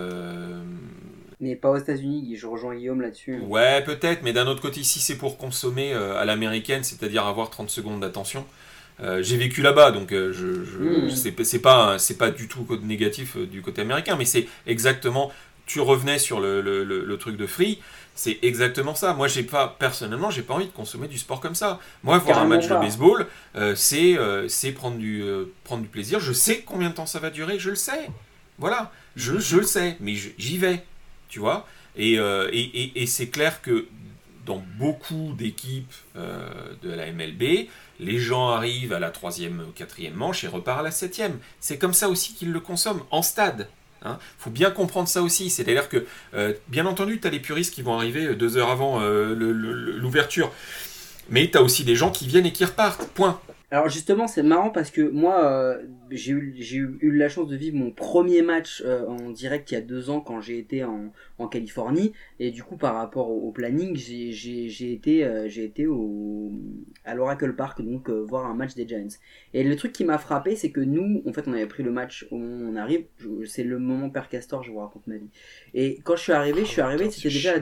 Mais pas aux États-Unis, je rejoins Guillaume là-dessus. Ouais, peut-être, mais d'un autre côté, si c'est pour consommer à l'américaine, c'est-à-dire avoir 30 secondes d'attention. J'ai vécu là-bas, donc c'est pas du tout négatif du côté américain, mais c'est exactement. Tu revenais sur le truc de Free, c'est exactement ça. Moi, personnellement, j'ai pas envie de consommer du sport comme ça. Moi, voir un match de baseball, c'est prendre du plaisir. Je sais combien de temps ça va durer, je le sais. Voilà, je le sais, mais j'y vais, tu vois. Et c'est clair que dans beaucoup d'équipes de la MLB, les gens arrivent à la 3e ou 4e manche et repartent à la 7e. C'est comme ça aussi qu'ils le consomment, en stade. Faut bien comprendre ça aussi. C'est-à-dire que, bien entendu, tu as les puristes qui vont arriver 2 heures avant l'ouverture. Mais tu as aussi des gens qui viennent et qui repartent. Point. Alors justement, c'est marrant parce que moi, j'ai eu la chance de vivre mon premier match en direct il y a 2 ans quand j'ai été en Californie. Et du coup, par rapport au planning, j'ai été à l'Oracle Park, donc voir un match des Giants. Et le truc qui m'a frappé, c'est que nous, en fait, on avait pris le match au moment où on arrive. C'est le moment Père Castor, je vous raconte ma vie. Et quand je suis arrivé, c'était déjà...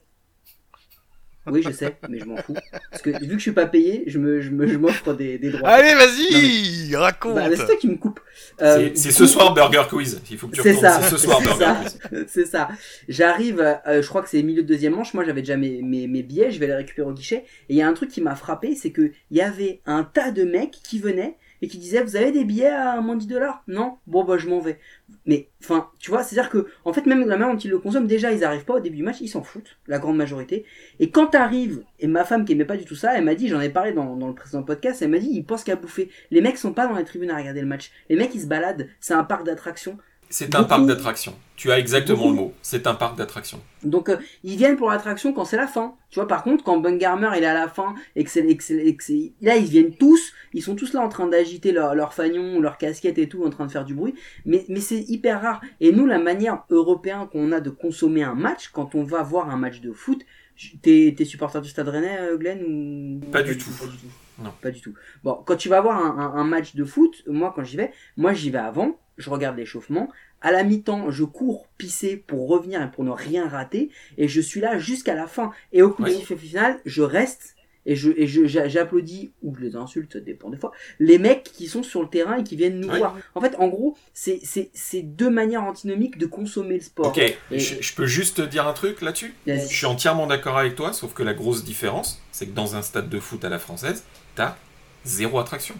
Oui, je sais, mais je m'en fous. Parce que vu que je suis pas payé, je m'offre des droits. Allez, vas-y, raconte. Bah, c'est toi qui me coupe. C'est ce soir Burger Quiz. Il faut que tu retournes. C'est ce soir Burger Quiz. C'est ça. J'arrive, je crois que c'est milieu de deuxième manche. Moi, j'avais déjà mes billets. Je vais les récupérer au guichet. Et il y a un truc qui m'a frappé, c'est que il y avait un tas de mecs qui venaient et qui disaient, vous avez des billets à moins de $10 ? Non ? Bon, bah, je m'en vais. Mais, enfin, tu vois, c'est-à-dire que, en fait, même la manière dont ils le consomment, déjà, ils arrivent pas au début du match, ils s'en foutent, la grande majorité. Et quand t'arrives, et ma femme qui aimait pas du tout ça, elle m'a dit, j'en ai parlé dans le précédent podcast, elle m'a dit, ils pensent qu'à bouffer. Les mecs sont pas dans les tribunes à regarder le match. Les mecs, ils se baladent. C'est un parc d'attractions. C'est un parc d'attractions. Tu as exactement le mot. C'est un parc d'attractions. Donc ils viennent pour l'attraction quand c'est la fin. Tu vois, par contre, quand Bumgarner il est à la fin et que c'est là ils viennent tous, ils sont tous là en train d'agiter leur fanion, leur casquette et tout, en train de faire du bruit. Mais c'est hyper rare. Et nous, la manière européenne qu'on a de consommer un match, quand on va voir un match de foot, t'es supporter du Stade Rennais, Glenn, ou pas du tout. Non, pas du tout. Bon, quand tu vas voir un match de foot, moi j'y vais avant. Je regarde l'échauffement. À la mi-temps, je cours pisser pour revenir et pour ne rien rater. Et je suis là jusqu'à la fin. Et au coup de sifflet final, je reste et j'applaudis ou je les insulte, ça dépend des fois, les mecs qui sont sur le terrain et qui viennent nous voir. En fait, en gros, c'est 2 manières antinomiques de consommer le sport. Ok, je peux juste te dire un truc là-dessus ? Je suis entièrement d'accord avec toi, sauf que la grosse différence, c'est que dans un stade de foot à la française, t'as 0 attraction.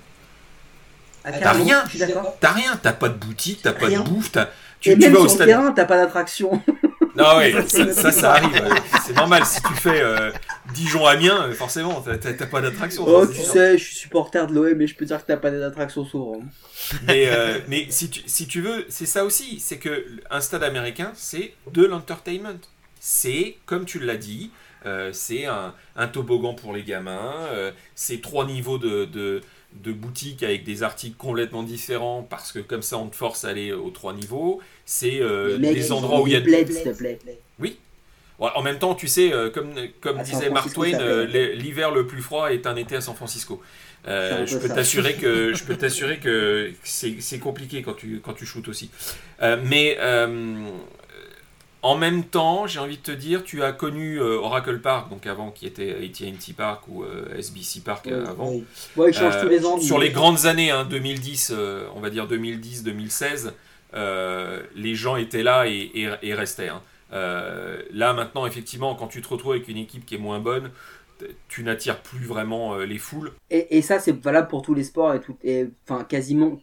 T'as rien, t'as pas de boutique, t'as pas de bouffe, tu vas au stade. Terrain, t'as pas d'attraction. Non, ouais, ça arrive. C'est normal, si tu fais Dijon-Amiens, forcément, t'as pas d'attraction. Oh, tu sais, je suis supporter de l'OM, mais je peux dire que t'as pas d'attraction souvent. Mais si tu veux, c'est ça aussi, c'est que un stade américain, c'est de l'entertainment. C'est, comme tu l'as dit, c'est un toboggan pour les gamins, c'est 3 niveaux de boutiques avec des articles complètement différents parce que comme ça on te force à aller aux 3 niveaux. C'est des endroits où il y a bleds, s'il te plaît. Oui. Ouais, en même temps, tu sais, comme À San disait Mark Francisco, Twain, ça paye. l'hiver le plus froid est un été à San Francisco. C'est un peu Je peux ça. t'assurer que c'est compliqué quand tu shootes aussi. Mais en même temps, j'ai envie de te dire, tu as connu Oracle Park, donc avant qui était AT&T Park ou SBC Park avant. Oui. Bon, ils changent tous les ans. Sur les grandes années, 2010, on va dire 2010-2016, les gens étaient là et restaient. Là maintenant, effectivement, quand tu te retrouves avec une équipe qui est moins bonne, tu n'attires plus vraiment les foules. Et ça, c'est valable pour tous les sports enfin quasiment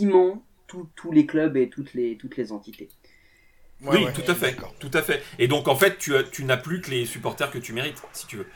tous les clubs et toutes les entités. Ouais, oui, tout à fait, d'accord. Tout à fait. Et donc en fait, tu n'as plus que les supporters que tu mérites, si tu veux.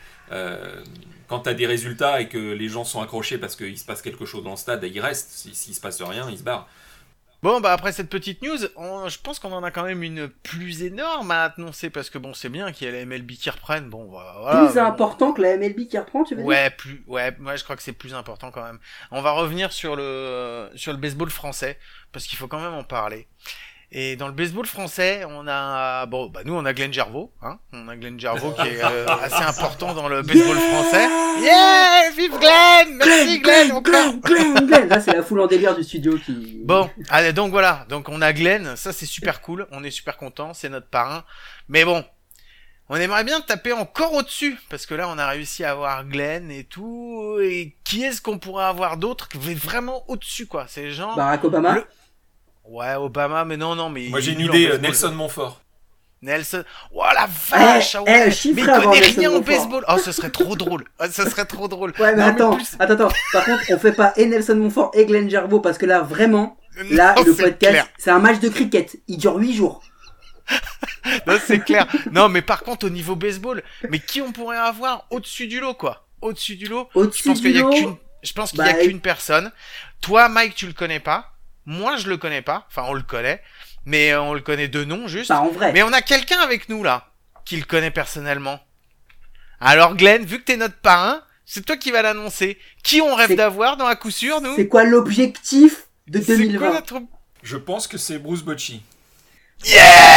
Quand tu as des résultats et que les gens sont accrochés parce qu'il se passe quelque chose dans le stade, ils restent. S'il se passe rien, ils se barrent. Bon, bah après cette petite news, je pense qu'on en a quand même une plus énorme à annoncer, parce que bon, c'est bien qu'il y ait la MLB qui reprenne, bon, voilà. Plus important que la MLB qui reprend, tu veux dire ? Ouais, moi je crois que c'est plus important quand même. On va revenir sur le baseball français, parce qu'il faut quand même en parler. Et dans le baseball français, on a nous on a Glenn Gervaux, on a Glenn Gervaux qui est assez important dans le baseball français. Yeah, vive Glenn, merci Glenn, encore. Glenn. Là c'est la foule en délire du studio qui. Bon, allez, donc voilà, donc on a Glenn, ça c'est super cool, on est super content, c'est notre parrain. Mais bon, on aimerait bien taper encore au-dessus, parce que là on a réussi à avoir Glenn et tout. Et qui est-ce qu'on pourrait avoir d'autre qui est vraiment au-dessus, quoi? C'est genre Barack Obama. Ouais, Obama, mais non, mais... Moi j'ai une idée, Nelson Montfort. Nelson... Oh la vache, mais il connaît rien au baseball. Oh, ce serait trop drôle. Ouais, mais attends. Par contre, on fait pas et Nelson Montfort et Glenn Gervaux, parce que là, vraiment, le podcast, clair. C'est un match de cricket. Il dure 8 jours. Non, c'est clair. Non, mais par contre, au niveau baseball, mais qui on pourrait avoir au-dessus du lot, quoi? Au-dessus du lot, je pense qu'il y a qu'une personne. Toi, Mike, tu le connais pas. Moi, je le connais pas. Enfin, on le connaît. Mais on le connaît de nom, juste. Bah, en vrai. Mais on a quelqu'un avec nous, là, qui le connaît personnellement. Alors, Glenn, vu que t'es notre parrain, c'est toi qui vas l'annoncer. Qui on rêve d'avoir dans à coup sûr, nous? C'est quoi l'objectif de 2020? C'est quoi notre... Je pense que c'est Bruce Bochy. Yes!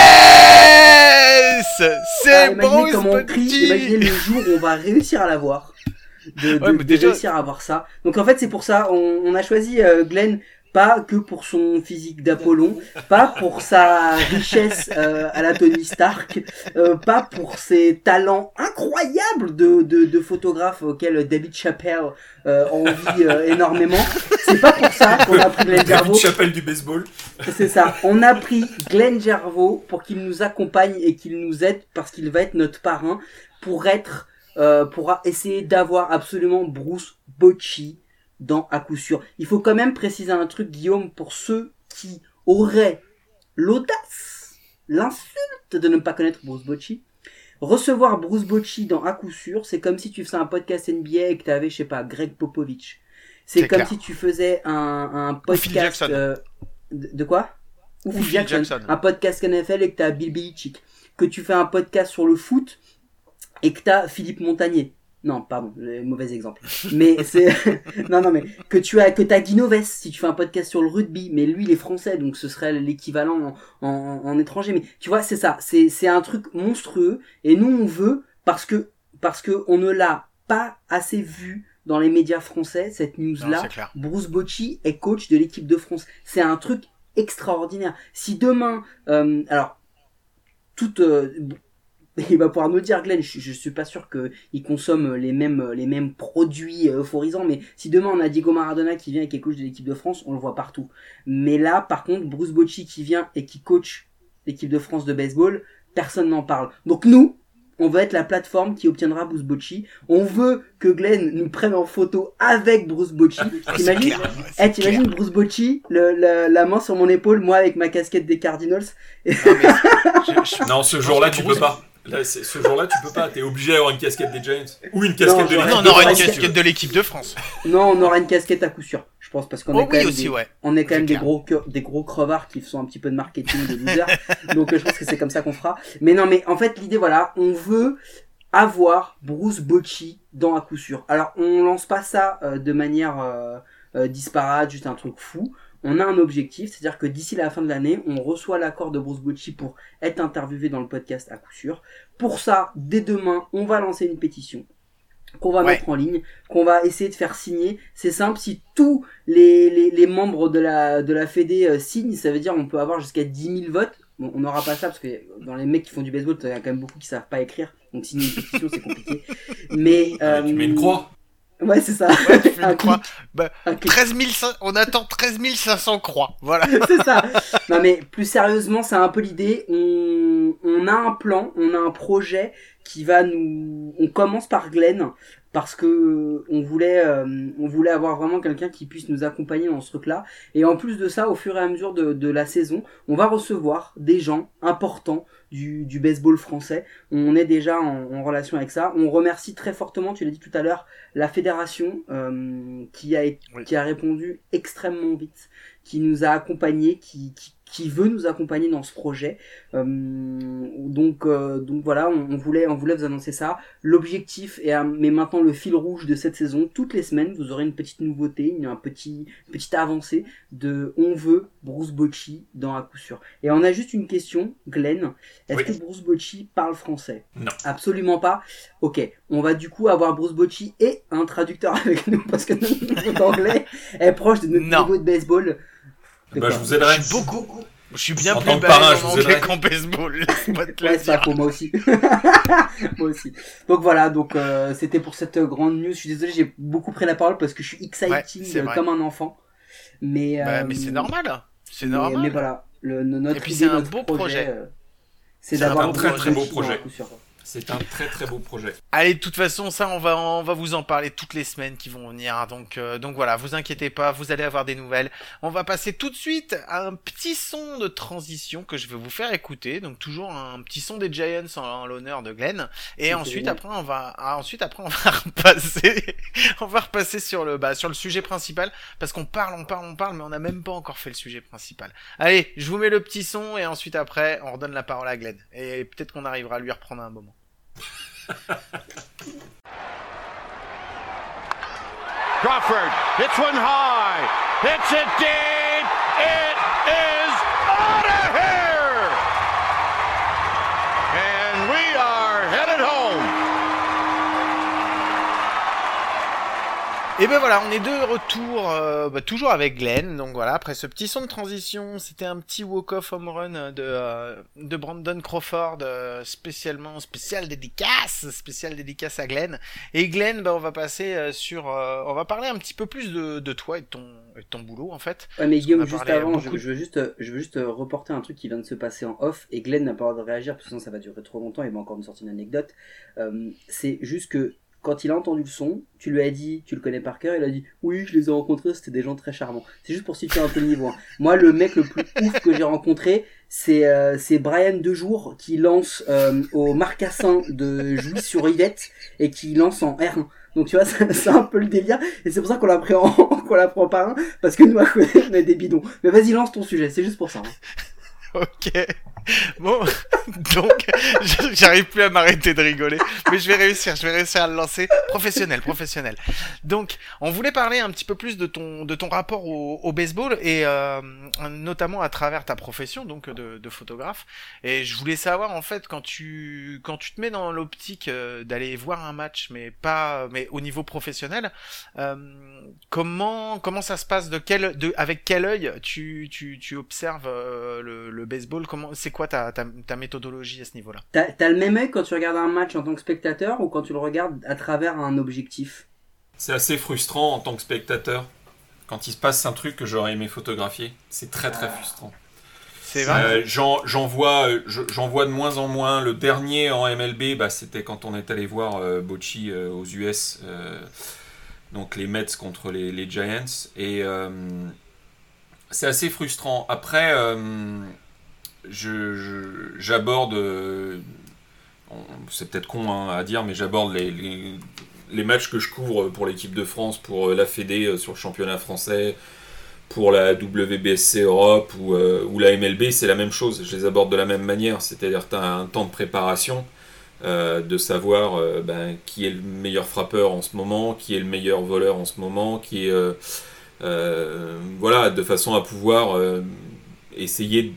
C'est Bruce Bochy! Imaginez le jour où on va réussir à l'avoir. De réussir à avoir ça. Donc, en fait, c'est pour ça, on a choisi Glenn... Pas que pour son physique d'Apollon, pas pour sa richesse à la Tony Stark, pas pour ses talents incroyables de photographe auquel David Chappelle envie énormément. C'est pas pour ça qu'on a pris Glenn Gervaux. David Chappelle du baseball. C'est ça. On a pris Glenn Gervaux pour qu'il nous accompagne et qu'il nous aide, parce qu'il va être notre parrain pour essayer d'avoir absolument Bruce Bochy dans à coup sûr. Il faut quand même préciser un truc, Guillaume, pour ceux qui auraient l'audace, l'insulte de ne pas connaître Bruce Bochy. Recevoir Bruce Bochy dans à coup sûr, c'est comme si tu faisais un podcast NBA et que tu avais, je sais pas, Greg Popovich. C'est comme clair. Si tu faisais un podcast de quoi? Ou Phil Jackson. Un podcast NFL et que tu as Bill Belichick. Que tu fais un podcast sur le foot et que tu as Philippe Montagnier. Non, pardon, mauvais exemple. Mais c'est mais que t'as Guinoves si tu fais un podcast sur le rugby, mais lui il est français, donc ce serait l'équivalent en étranger. Mais tu vois, c'est ça, c'est un truc monstrueux, et nous on veut parce que on ne l'a pas assez vu dans les médias français, cette news-là. Bruce Bochy est coach de l'équipe de France. C'est un truc extraordinaire. Si demain, il va pouvoir nous dire, Glenn, je suis pas sûr qu'il consomme les mêmes produits euphorisants, mais si demain on a Diego Maradona qui vient et qui est coach de l'équipe de France, on le voit partout. Mais là, par contre, Bruce Bochy qui vient et qui coach l'équipe de France de baseball, personne n'en parle. Donc nous, on veut être la plateforme qui obtiendra Bruce Bochy. On veut que Glenn nous prenne en photo avec Bruce Bochy. T'imagines Bruce Bochy, la main sur mon épaule, moi avec ma casquette des Cardinals. Non, ce jour-là, tu peux pas. Là, ce jour-là, tu peux pas. T'es obligé d'avoir une casquette des Giants ou une casquette de l'équipe. Non, on aura une casquette de l'équipe de France. Non, on aura une casquette à coup sûr. Je pense parce qu'on est quand même on est quand même des gros crevards qui font un petit peu de marketing de losers. Donc je pense que c'est comme ça qu'on fera. Mais non, mais en fait l'idée voilà, on veut avoir Bruce Bochy dans à coup sûr. Alors on lance pas ça de manière disparate, juste un truc fou. on a un objectif, c'est-à-dire que d'ici la fin de l'année, on reçoit l'accord de Bruce Bocci pour être interviewé dans le podcast à coup sûr. Pour ça, dès demain, on va lancer une pétition qu'on va mettre en ligne, qu'on va essayer de faire signer. C'est simple, si tous les membres de la Fédé signent, ça veut dire on peut avoir jusqu'à 10 000 votes. Bon, on n'aura pas ça parce que dans les mecs qui font du baseball, il y a quand même beaucoup qui savent pas écrire, donc signer une pétition c'est compliqué. Mais tu mets une croix. Ouais, c'est ça. Ouais, tu fais une croix. 13 500, on attend 13 500 croix. Voilà. C'est ça. Non, mais plus sérieusement, c'est un peu l'idée. On a un plan, on a un projet qui va on commence par Glenn parce que on voulait avoir vraiment quelqu'un qui puisse nous accompagner dans ce truc-là. Et en plus de ça, au fur et à mesure de la saison, on va recevoir des gens importants du baseball français. On est déjà en relation avec ça. On remercie très fortement, tu l'as dit tout à l'heure, la fédération qui a répondu extrêmement vite, qui nous a accompagnés, qui veut nous accompagner dans ce projet. Donc voilà, on voulait vous annoncer ça. L'objectif mais maintenant le fil rouge de cette saison, toutes les semaines, vous aurez une petite nouveauté, une petite avancée on veut Bruce Bocci dans à coup sûr. Et on a juste une question, Glenn. Est-ce que Bruce Bocci parle français ? Non. Absolument pas. Ok, on va du coup avoir Bruce Bocci et un traducteur avec nous parce que notre niveau d'anglais est proche de notre niveau de baseball. Je vous aiderai. Je suis bien en plus tant que balèze parrain, en anglais qu'en baseball. Laisse-moi te le Ouais, c'est dire. pas pour moi aussi. Moi aussi. Donc voilà, c'était pour cette grande news. Je suis désolé, j'ai beaucoup pris la parole parce que je suis exciting vrai. comme un enfant. Mais c'est normal. C'est normal. Mais voilà, notre Et puis idée, c'est un notre beau projet. C'est C'est un d'avoir très, très beau Bocci dans projet. un coup sûr. C'est un très très beau projet. Allez, de toute façon, ça, on va vous en parler toutes les semaines qui vont venir. Donc voilà, vous inquiétez pas, vous allez avoir des nouvelles. On va passer tout de suite à un petit son de transition que je vais vous faire écouter. Donc toujours un petit son des Giants en l'honneur de Glenn. Et ensuite, après, on va repasser sur le sujet principal parce qu'on parle, mais on n'a même pas encore fait le sujet principal. Allez, je vous mets le petit son et ensuite après, on redonne la parole à Glenn. Et peut-être qu'on arrivera à lui reprendre un moment. Crawford hits one high. Hits it deep. It is out of here. And we are headed home. Et ben voilà, on est de retour, toujours avec Glenn. Donc voilà, après ce petit son de transition, c'était un petit walk-off home run de Brandon Crawford, spécial dédicace à Glenn. Et Glenn, on va passer on va parler un petit peu plus de toi et de ton boulot en fait. Ouais, mais Guillaume, juste avant, je veux juste reporter un truc qui vient de se passer en off et Glenn n'a pas le droit de réagir parce que sinon ça va durer trop longtemps. Il va encore nous sortir une anecdote. C'est juste que quand il a entendu le son, tu lui as dit, tu le connais par cœur, il a dit oui, je les ai rencontrés, c'était des gens très charmants. C'est juste pour situer un peu le niveau. Moi, le mec le plus ouf que j'ai rencontré, c'est Brian Dejour qui lance au Marcassin de Jouy-sur-Yvette et qui lance en R1. Donc tu vois, c'est un peu le délire et c'est pour ça qu'on l'a pris en parrain parce que nous à côté on a des bidons. Mais vas-y, lance ton sujet, c'est juste pour ça. Ok. Bon, donc, j'arrive plus à m'arrêter de rigoler, mais je vais réussir à le lancer. Professionnel. Donc, on voulait parler un petit peu plus de ton rapport au baseball et notamment à travers ta profession, donc de photographe. Et je voulais savoir en fait quand tu te mets dans l'optique d'aller voir un match, mais au niveau professionnel, comment ça se passe, avec quel œil tu observes le baseball, c'est quoi ta méthodologie à ce niveau-là? T'as le même œil quand tu regardes un match en tant que spectateur ou quand tu le regardes à travers un objectif? C'est assez frustrant en tant que spectateur quand il se passe un truc que j'aurais aimé photographier. C'est très très frustrant. C'est vrai. J'en vois de moins en moins. Le dernier en MLB, c'était quand on est allé voir Bocci aux US, donc les Mets contre les Giants, et c'est assez frustrant. Après, j'aborde, c'est peut-être con à dire, mais j'aborde les matchs que je couvre pour l'équipe de France, pour la Fédé sur le championnat français, pour la WBSC Europe ou la MLB, c'est la même chose. Je les aborde de la même manière, c'est-à-dire que tu as un temps de préparation, de savoir qui est le meilleur frappeur en ce moment, qui est le meilleur voleur en ce moment, qui est Voilà, de façon à pouvoir essayer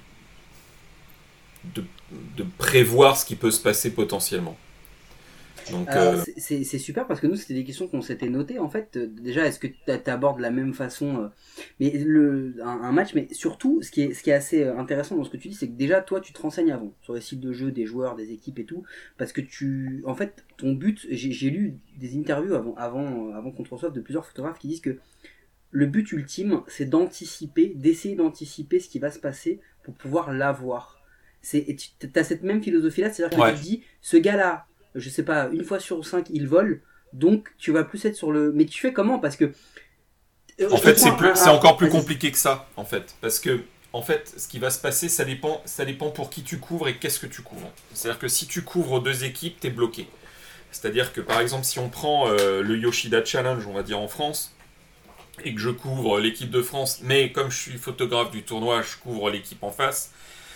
de prévoir ce qui peut se passer potentiellement. Donc, c'est super parce que nous c'était des questions qu'on s'était notées en fait. Déjà, est-ce que tu abordes de la même façon mais un match, mais surtout ce qui est assez intéressant dans ce que tu dis, c'est que déjà toi tu te renseignes avant sur les sites de jeux, des joueurs, des équipes et tout, parce que en fait ton but, j'ai lu des interviews avant qu'on te reçoive de plusieurs photographes qui disent que le but ultime c'est d'essayer d'anticiper ce qui va se passer pour pouvoir l'avoir. T'as cette même philosophie là, c'est-à-dire que tu te dis ce gars-là, je sais pas, 1 fois sur 5 il vole, donc tu vas plus être sur le... Mais tu fais comment? Parce que... En fait, c'est encore plus compliqué que ça, en fait. Parce que, en fait, ce qui va se passer, ça dépend pour qui tu couvres et qu'est-ce que tu couvres. C'est-à-dire que si tu couvres 2 équipes, t'es bloqué. C'est-à-dire que, par exemple, si on prend le Yoshida Challenge, on va dire en France, et que je couvre l'équipe de France, mais comme je suis photographe du tournoi, je couvre l'équipe en face,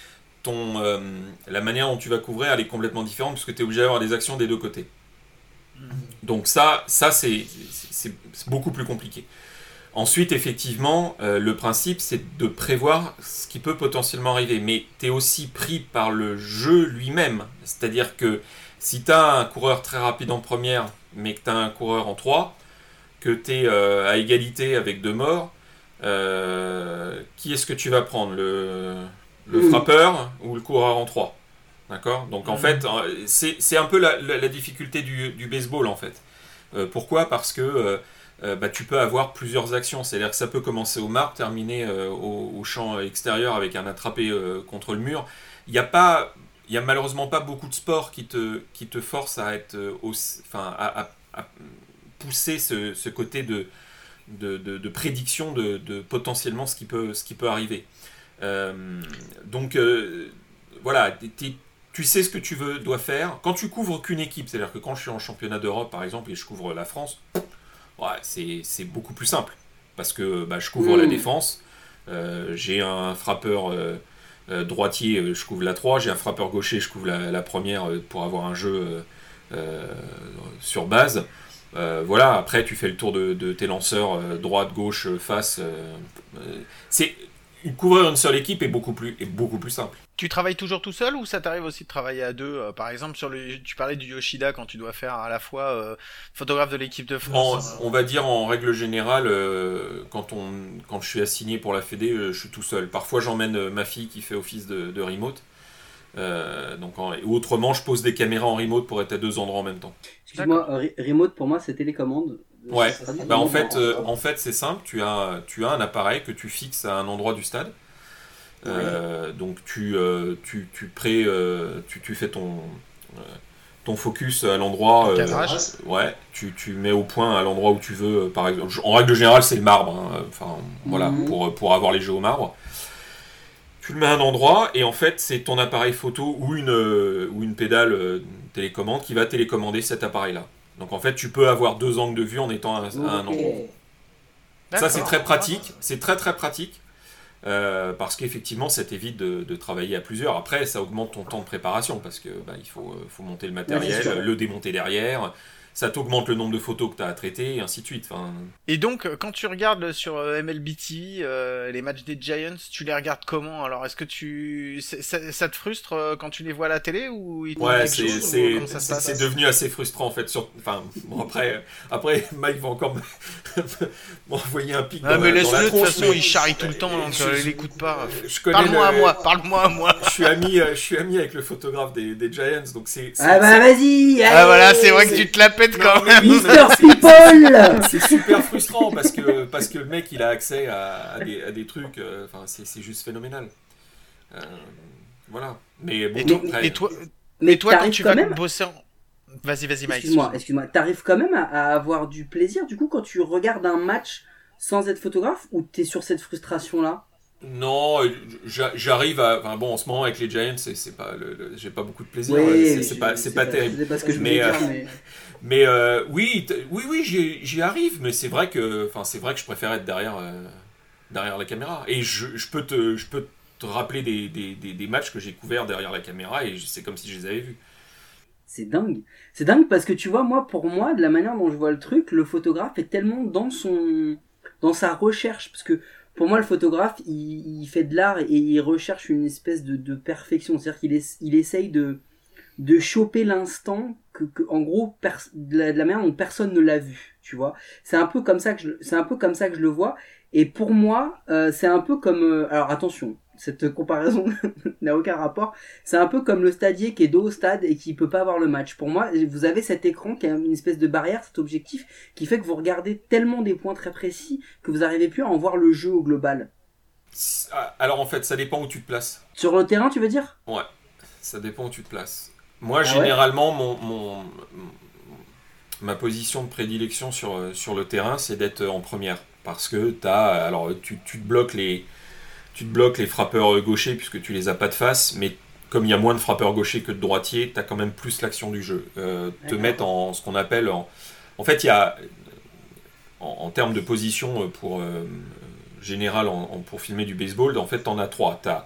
la manière dont tu vas couvrir elle est complètement différente puisque tu es obligé d'avoir des actions des 2 côtés. Donc ça c'est beaucoup plus compliqué. Ensuite, effectivement, le principe c'est de prévoir ce qui peut potentiellement arriver, mais tu es aussi pris par le jeu lui-même. C'est-à-dire que si tu as un coureur très rapide en première, mais que tu as un coureur en 3, que tu es à égalité avec 2 morts, qui est-ce que tu vas prendre, le frappeur ou le coureur en 3? D'accord? Donc en fait, c'est un peu la difficulté du baseball en fait. Pourquoi? Parce que tu peux avoir plusieurs actions. C'est-à-dire que ça peut commencer au marque, terminer au champ extérieur avec un attrapé contre le mur. Il y a malheureusement pas beaucoup de sports qui te forcent à être à pousser ce côté de prédiction de potentiellement ce qui peut arriver. Donc voilà, tu sais ce que tu dois faire. Quand tu couvres qu'une équipe, c'est-à-dire que quand je suis en championnat d'Europe par exemple et je couvre la France, c'est beaucoup plus simple parce que je couvre la défense, j'ai un frappeur droitier, je couvre la 3, j'ai un frappeur gaucher, je couvre la première pour avoir un jeu sur base. Voilà, après tu fais le tour de tes lanceurs droite, gauche, face. Couvrir une seule équipe est beaucoup plus simple. Tu travailles toujours tout seul ou ça t'arrive aussi de travailler à 2 par exemple, tu parlais du Yoshida quand tu dois faire à la fois photographe de l'équipe de France. On va dire en règle générale, quand je suis assigné pour la Fédé, je suis tout seul. Parfois j'emmène ma fille qui fait office de remote. Autrement, je pose des caméras en remote pour être à 2 endroits en même temps. Excuse-moi, remote pour moi c'est télécommande. Ouais, en fait c'est simple, tu as un appareil que tu fixes à un endroit du stade. Donc tu fais ton focus à l'endroit, tu mets au point à l'endroit où tu veux, par exemple. En règle générale c'est le marbre, pour avoir les jeux au marbre. Tu le mets à un endroit et en fait c'est ton appareil photo ou une pédale télécommande qui va télécommander cet appareil là. Donc en fait, tu peux avoir 2 angles de vue en étant à un endroit. Ça, c'est très pratique. C'est très très pratique parce qu'effectivement, ça t'évite de travailler à plusieurs. Après, ça augmente ton temps de préparation parce que il faut monter le matériel, le démonter derrière. Ça t'augmente le nombre de photos que tu as à traiter et ainsi de suite. Et donc, quand tu regardes sur MLB.tv les matchs des Giants, tu les regardes comment? Alors, est-ce que ça te frustre quand tu les vois à la télé ou c'est devenu assez frustrant en fait. Après, Mike va encore m'envoyer un pic. Mais laisse-le, de toute façon, il charrie tout le temps, donc il écoute pas. Parle-moi à moi. Je suis ami avec le photographe des Giants, donc c'est. Vas-y. Voilà, c'est vrai que tu te la pètes quand même. Mister People. C'est super frustrant parce que le mec il a accès à des trucs. C'est juste phénoménal. Voilà. Mais bon. Et toi, quand tu vas bosser Vas-y, Mike. Excuse-moi. T'arrives quand même à avoir du plaisir du coup quand tu regardes un match sans être photographe ou t'es sur cette frustration là? Non, j'arrive à. En ce moment avec les Giants, c'est pas j'ai pas beaucoup de plaisir. Oui, c'est pas terrible. C'est pas ce que je voulais dire, mais oui, j'y arrive. Mais c'est vrai que je préfère être derrière la caméra. Et je peux te rappeler des matchs que j'ai couverts derrière la caméra et c'est comme si je les avais vus. C'est dingue parce que tu vois, pour moi, de la manière dont je vois le truc, le photographe est tellement dans dans sa recherche, parce que pour moi le photographe il fait de l'art et il recherche une espèce de perfection, c'est-à-dire qu'il essaye de choper l'instant que en gros de la manière dont personne ne l'a vu, tu vois. C'est un peu comme ça que je le vois. Et pour moi, c'est un peu comme alors attention, cette comparaison n'a aucun rapport. C'est un peu comme le stadier qui est dos au stade et qui peut pas voir le match. Pour moi, vous avez cet écran qui a une espèce de barrière, cet objectif qui fait que vous regardez tellement des points très précis que vous n'arrivez plus à en voir le jeu au global. Alors en fait, ça dépend où tu te places. Sur le terrain, tu veux dire ? Ouais, ça dépend où tu te places. Moi, généralement, ma position de prédilection sur le terrain, c'est d'être en première. Parce que tu te bloques les frappeurs gauchers puisque tu les as pas de face, mais comme il y a moins de frappeurs gauchers que de droitiers, tu as quand même plus l'action du jeu. Te mettre en ce qu'on appelle... En fait, il y a... En termes de position pour général pour filmer du baseball, en fait, tu en as 3. Tu as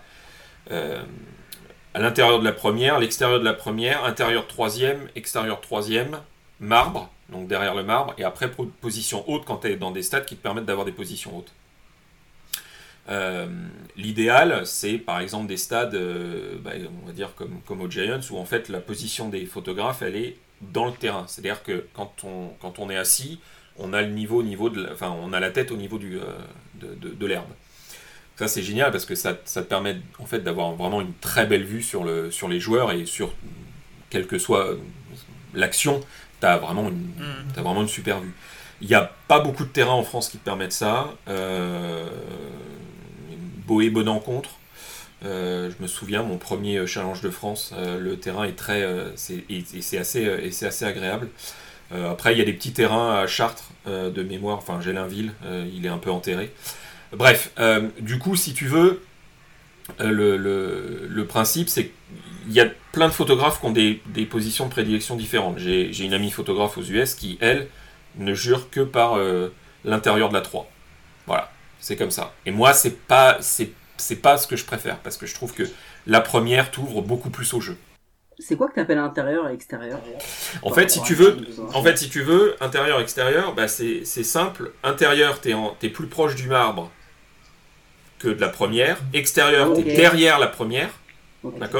à l'intérieur de la première, l'extérieur de la première, intérieur troisième, extérieur troisième, marbre, donc derrière le marbre, et après position haute quand tu es dans des stades qui te permettent d'avoir des positions hautes. L'idéal, c'est par exemple des stades, on va dire comme aux Giants, où en fait la position des photographes, elle est dans le terrain. C'est-à-dire que quand on est assis, on a on a la tête au niveau de l'herbe. Ça c'est génial parce que ça te permet en fait d'avoir vraiment une très belle vue sur les joueurs et sur quelle que soit l'action, t'as vraiment une super vue. Il n'y a pas beaucoup de terrains en France qui te permettent ça. Boé-Bonencontre. Je me souviens, mon premier challenge de France, le terrain est c'est assez agréable. Après, il y a des petits terrains à Chartres de mémoire, enfin Gélinville, il est un peu enterré. Bref, du coup, si tu veux, le principe, c'est qu'il y a plein de photographes qui ont des positions de prédilection différentes. J'ai une amie photographe aux US qui, elle, ne jure que par l'intérieur de la 3. Voilà, c'est comme ça. Et moi, c'est pas ce que je préfère, parce que je trouve que la première t'ouvre beaucoup plus au jeu. C'est quoi que t'appelles intérieur et extérieur ? En fait, si tu veux, intérieur, extérieur, c'est simple. Intérieur, t'es plus proche du marbre que de la première. Extérieur, t'es derrière la première. Okay. D'accord ?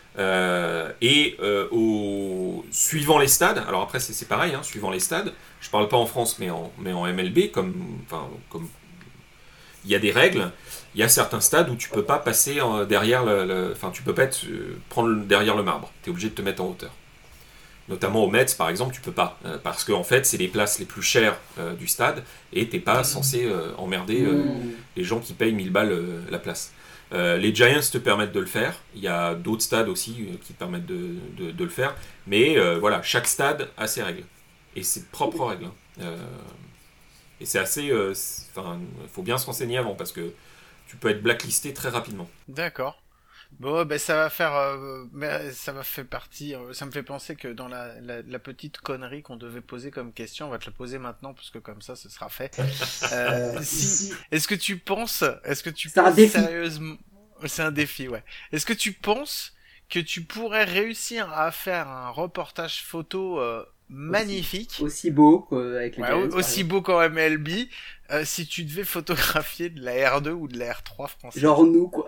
Suivant les stades, alors après c'est pareil, hein, suivant les stades, je parle pas en France mais en MLB, comme il y a des règles, il y a certains stades où tu peux pas passer derrière tu peux pas prendre derrière le marbre, tu es obligé de te mettre en hauteur. Notamment au Mets par exemple, tu peux pas, parce que en fait c'est les places les plus chères du stade et t'es pas censé emmerder les gens qui payent 1000 balles la place. Les Giants te permettent de le faire, il y a d'autres stades aussi qui te permettent de le faire, mais voilà, chaque stade a ses règles, et ses propres règles. Et c'est assez... il faut bien se renseigner avant, parce que tu peux être blacklisté très rapidement. D'accord. Bon, ça me fait penser que dans la petite connerie qu'on devait poser comme question, on va te la poser maintenant, parce que comme ça, ce sera fait. Est-ce que tu penses sérieusement, c'est un défi, ouais. Est-ce que tu penses que tu pourrais réussir à faire un reportage photo magnifique, aussi beau avec les Giants, aussi beau qu'en MLB, si tu devais photographier de la R2 ou de la R3 française? Genre nous, quoi.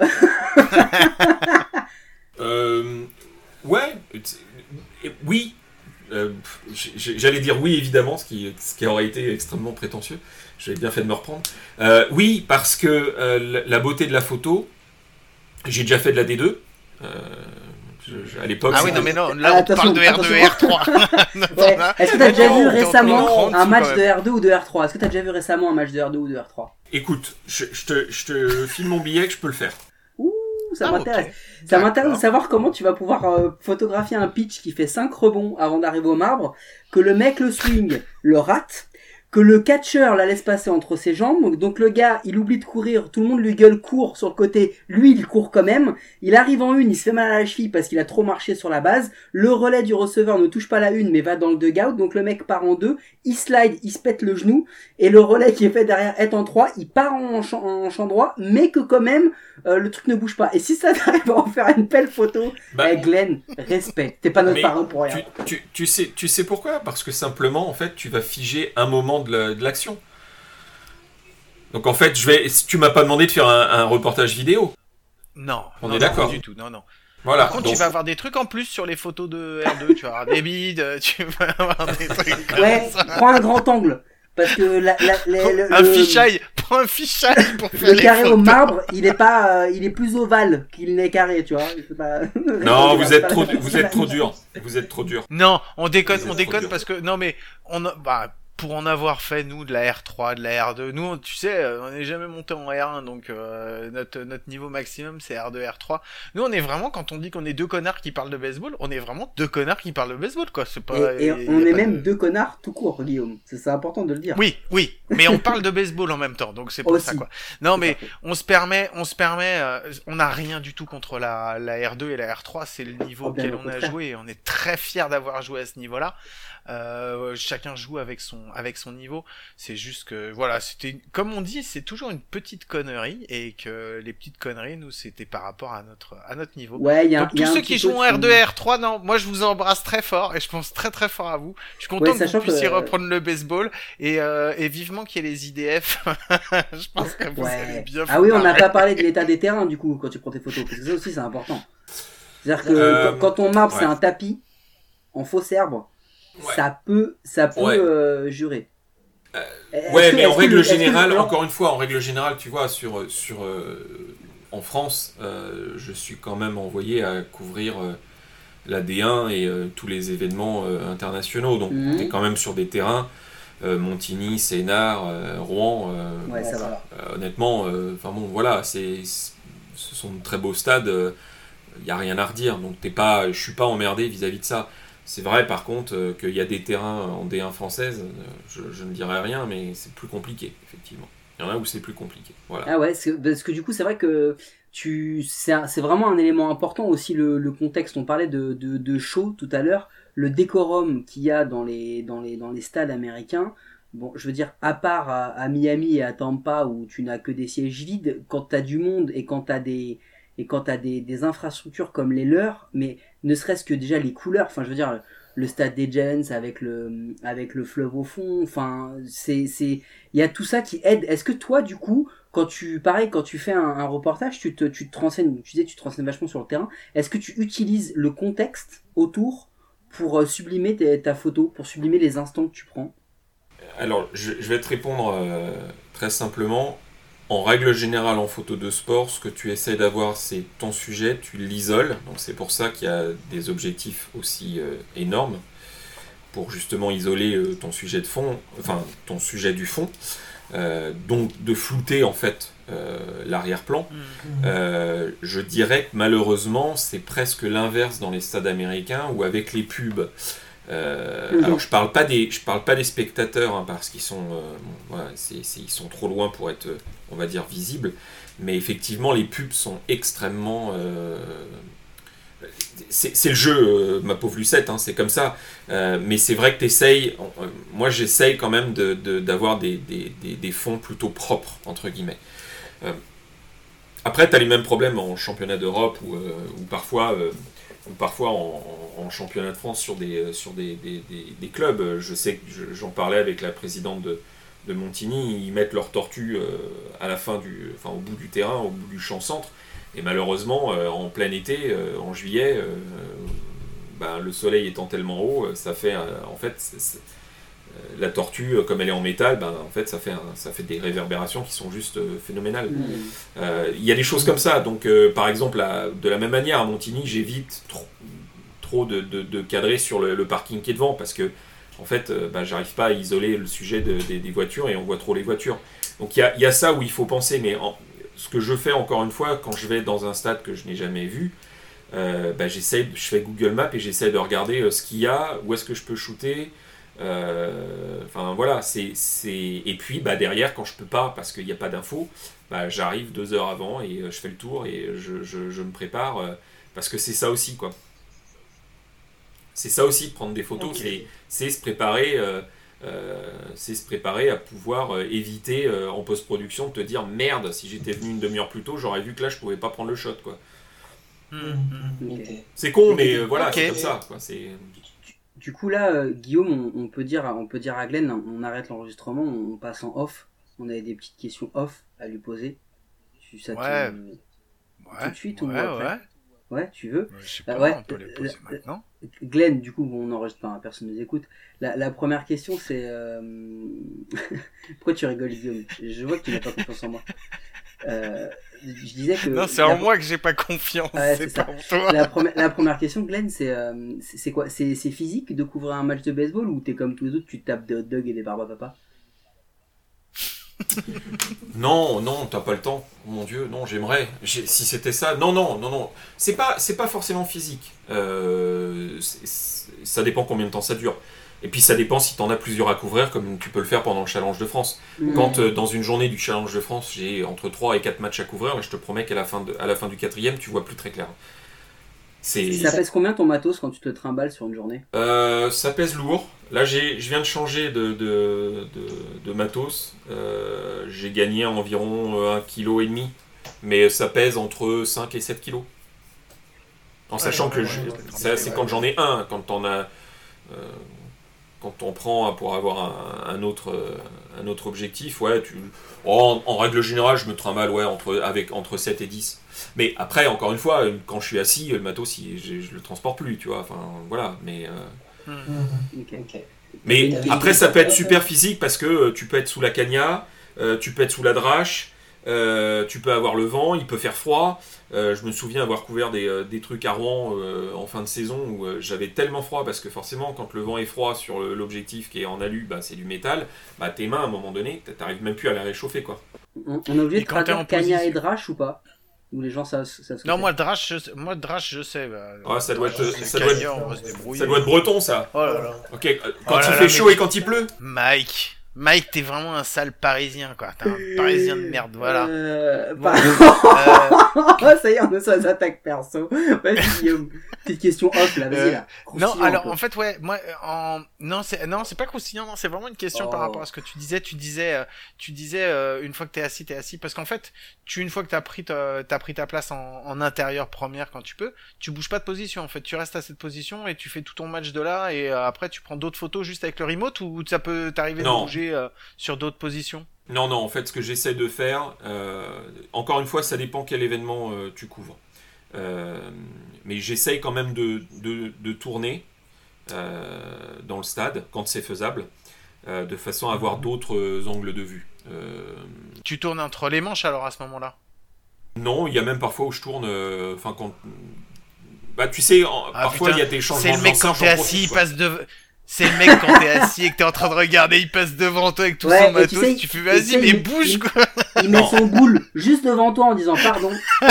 Oui. J'allais dire oui, évidemment, ce qui aurait été extrêmement prétentieux. J'avais bien fait de me reprendre. Oui, parce que la beauté de la photo, j'ai déjà fait de la D2. À l'époque, ah oui, non, mais non, là, on parle de R2 et R3. Ouais. Est-ce que tu as déjà vu récemment un match de R2 ou de R3 ? Est-ce que tu as déjà vu récemment un match de R2 ou de R3 ? Écoute, je te file mon billet que je peux le faire. Ouh, ça m'intéresse. Okay. Ça m'intéresse de savoir comment tu vas pouvoir photographier un pitch qui fait 5 rebonds avant d'arriver au marbre, que le mec le swing le rate, que le catcher la laisse passer entre ses jambes, donc le gars, il oublie de courir, tout le monde lui gueule court sur le côté, lui il court quand même, il arrive en une, il se fait mal à la cheville parce qu'il a trop marché sur la base, le relais du receveur ne touche pas la une mais va dans le dugout, donc le mec part en 2, il slide, il se pète le genou, et le relais qui est fait derrière est en 3, il part en champ droit, mais que quand même, le truc ne bouge pas. Et si ça t'arrive à en faire une belle photo, Glenn, respect, t'es pas notre parrain pour rien. Tu sais pourquoi ? Parce que simplement, en fait, tu vas figer un moment de l'action. Donc en fait, tu m'as pas demandé de faire un reportage vidéo. Non, On non, est d'accord. pas du tout, non. Voilà. Par contre, donc, tu vas avoir des trucs en plus sur les photos de R2, tu vas avoir des bides, tu vas avoir des trucs comme Ouais, ça. prends un grand angle. Parce que Un fichaille, prends un fichaille pour faire le les carré au photos. marbre, il est plus ovale qu'il n'est carré, tu vois. C'est pas... non, vous êtes trop dur. Vous êtes trop dur. Non, on déconne Vous êtes trop dur. parce que non mais pour en avoir fait nous de la R3, de la R2, nous tu sais, on n'est jamais monté en R1 donc notre niveau maximum c'est R2, R3. Nous on est vraiment quand on dit qu'on est deux connards qui parlent de baseball, on est vraiment deux connards qui parlent de baseball quoi, c'est pas Et on est même deux connards tout court, Guillaume. C'est important de le dire. Oui, mais on parle de baseball en même temps, donc c'est pour Aussi. ça quoi. Non mais on se permet, on n'a rien du tout contre la R2 et la R3, c'est le niveau bien auquel au on a contraire. joué et on est très fiers d'avoir joué à ce niveau-là. Chacun joue avec son niveau. C'est juste que voilà, c'était comme on dit, c'est toujours une petite connerie et que les petites conneries, nous, c'était par rapport à notre niveau. Ouais, il y a Donc tous ceux qui jouent en R2 et R3, non, moi je vous embrasse très fort et je pense très très fort à vous. Je suis content Ouais, que sachant vous puissiez que- reprendre le baseball et vivement qu'il y ait les IDF. Je pense que vous allez bien Ah oui, on n'a marrer. pas parlé de l'état des terrains du coup quand tu prends tes photos, parce que ça aussi c'est important. C'est-à-dire que quand ton marbre ouais. c'est un tapis en faux herbe, Ouais. ça peut Ouais. jurer. Ouais, mais en règle est-ce que générale, le- encore une fois, en règle générale, tu vois, en France, je suis quand même envoyé à couvrir la D1 et tous les événements internationaux. Donc, Mhm. on est quand même sur des terrains, Montigny, Sénard, Rouen. Ouais, ça va. Honnêtement, enfin bon, voilà, ce sont de très beaux stades. Il n'y a rien à redire. Donc, je suis pas emmerdé vis-à-vis de ça. C'est vrai par contre qu'il y a des terrains en D1 française, je ne dirais rien, mais c'est plus compliqué, effectivement. Il y en a où c'est plus compliqué. Voilà. Ah ouais, parce que du coup c'est vrai que c'est vraiment un élément important aussi le contexte. On parlait de show tout à l'heure, le décorum qu'il y a dans les stades américains. Bon, je veux dire, à part à Miami et à Tampa où tu n'as que des sièges vides, quand t'as du monde et quand t'as des infrastructures comme les leurs, mais ne serait-ce que déjà les couleurs, enfin je veux dire le stade des Giants avec le fleuve au fond, enfin il y a tout ça qui aide. Est-ce que toi du coup quand tu fais un reportage, tu te renseignes, tu te renseignes vachement sur le terrain, est-ce que tu utilises le contexte autour pour sublimer ta photo, pour sublimer les instants que tu prends? Alors, je vais te répondre très simplement. En règle générale, en photo de sport, ce que tu essaies d'avoir, c'est ton sujet, tu l'isoles. Donc c'est pour ça qu'il y a des objectifs aussi énormes pour justement isoler ton sujet de fond, enfin ton sujet du fond. Donc de flouter en fait l'arrière-plan. Je dirais que malheureusement, c'est presque l'inverse dans les stades américains où avec les pubs. Alors je parle pas des spectateurs hein, parce qu'ils sont voilà, ils sont trop loin pour être on va dire visibles, mais effectivement les pubs sont extrêmement c'est le jeu ma pauvre Lucette hein, c'est comme ça, mais c'est vrai que moi j'essaye quand même d'avoir des fonds plutôt propres entre guillemets. Après tu as les mêmes problèmes en championnat d'Europe ou parfois en championnat de France sur des clubs. Je sais que j'en parlais avec la présidente de Montigny, ils mettent leur tortue à la fin au bout du terrain, au bout du champ centre, et malheureusement en plein été, en juillet, le soleil étant tellement haut, ça fait en fait la tortue comme elle est en métal, en fait ça fait des réverbérations qui sont juste phénoménales. Il y a des choses comme ça, donc par exemple de la même manière à Montigny j'évite trop de cadrer sur le parking qui est devant parce que en fait j'arrive pas à isoler le sujet des voitures et on voit trop les voitures, donc il y a ça où il faut penser, mais ce que je fais encore une fois quand je vais dans un stade que je n'ai jamais vu, je fais Google Maps et j'essaie de regarder ce qu'il y a, où est-ce que je peux shooter. Enfin voilà, et puis derrière quand je peux pas parce qu'il n'y a pas d'infos, j'arrive 2 heures avant et je fais le tour et je me prépare parce que c'est ça aussi quoi. C'est ça aussi de prendre des photos, okay. C'est se préparer à pouvoir éviter en post-production de te dire merde, si j'étais venu une demi-heure plus tôt, j'aurais vu que là je pouvais pas prendre le shot quoi. Okay. C'est con mais voilà, okay. C'est comme ça quoi. Du coup là, Guillaume, on peut dire à Glenn, on arrête l'enregistrement, on passe en off. On avait des petites questions off à lui poser. Ça Ouais. tout de suite ou ouais. après Ouais, tu veux. Je sais pas, Ouais, on peut les poser maintenant. Glenn, du coup, on n'enregistre pas, personne nous écoute. La première question, c'est... Pourquoi tu rigoles, Guillaume? Je vois que tu n'as pas confiance en moi. Je disais que... Non, c'est en moi que j'ai pas confiance, Ouais, c'est c'est pas ça. en toi. La première question, Glenn, c'est quoi? C'est physique de couvrir un match de baseball ou t'es comme tous les autres, tu tapes des hot dogs et des barbes à papa? Non, t'as pas le temps. Mon Dieu, non, j'aimerais. Si c'était ça, non. C'est pas forcément physique. Ça dépend combien de temps ça dure. Et puis ça dépend si t'en as plusieurs à couvrir, comme tu peux le faire pendant le Challenge de France. Quand dans une journée du Challenge de France, j'ai entre 3 et 4 matchs à couvrir, je te promets qu'à la fin du 4e, tu vois plus très clair. Ça pèse combien ton matos quand tu te trimbales sur une journée? Ça pèse lourd. Là, je viens de changer de matos. J'ai gagné environ 1,5 kg, mais ça pèse entre 5 et 7 kg. En sachant que ça, c'est quand j'en ai un. Quand on prend pour avoir un autre objectif, ouais, en règle générale, je me trimballe entre 7 et 10. Mais après, encore une fois, quand je suis assis, le matos, je le transporte plus, tu vois. Enfin, voilà, mais... Ok. Mais après, ça peut être super physique parce que tu peux être sous la cagna, tu peux être sous la drache, tu peux avoir le vent, il peut faire froid. Je me souviens avoir couvert des trucs à Rouen en fin de saison où j'avais tellement froid parce que forcément, quand le vent est froid sur l'objectif qui est en alu, c'est du métal. Tes mains, à un moment donné, t'arrives même plus à la réchauffer, quoi. On est obligé de traduire cagna position... et drache ou pas? Ou les gens savent Non, moi, drache, je sais. Ça doit être breton, ça. Oh là là. Ok, quand il fait chaud et quand il pleut. Mike, t'es vraiment un sale parisien, quoi. T'es un parisien de merde, voilà. Ça y est, on est sur les attaques perso. Vas-y, Guillaume. Petite question off, là, vas-y, là. Non, alors, en fait, ouais, moi, non, c'est pas croustillant, non, c'est vraiment une question par rapport à ce que tu disais. Tu disais, une fois que t'es assis, parce qu'en fait, une fois que t'as pris ta place en intérieur première quand tu peux, tu bouges pas de position, en fait. Tu restes à cette position et tu fais tout ton match de là et après, tu prends d'autres photos juste avec le remote ou ça peut t'arriver de bouger sur d'autres positions? Non, en fait, ce que j'essaie de faire, encore une fois, ça dépend quel événement tu couvres. Mais j'essaye quand même de tourner dans le stade, quand c'est faisable, de façon à avoir d'autres angles de vue. Tu tournes entre les manches alors à ce moment-là? Non, il y a même parfois où je tourne... tu sais, parfois il y a des changements. C'est le mec quand t'es assis, il passe de... C'est le mec quand t'es assis et que t'es en train de regarder, il passe devant toi avec tout son matos, tu fais vas-y mais bouge quoi. Il met son boule juste devant toi en disant pardon.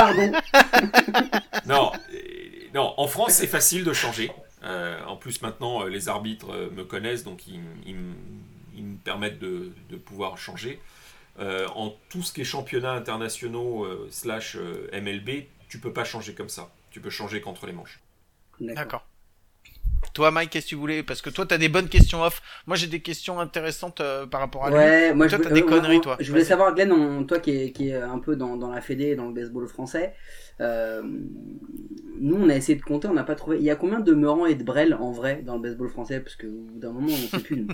Non, en France c'est facile de changer. En plus maintenant les arbitres me connaissent donc ils me permettent de pouvoir changer. En tout ce qui est championnats internationaux / MLB, tu peux pas changer comme ça. Tu peux changer qu'entre les manches. D'accord. Toi, Mike, qu'est-ce que tu voulais? Parce que toi, t'as des bonnes questions off. Moi, j'ai des questions intéressantes par rapport à lui. Ouais, moi, toi, t'as des conneries, toi. Je voulais savoir, Glenn, toi qui est un peu dans la fédé et dans le baseball français, nous, on a essayé de compter, on n'a pas trouvé. Il y a combien de Meurant et de Brel en vrai dans le baseball français? Parce qu'au bout d'un moment, on sait plus.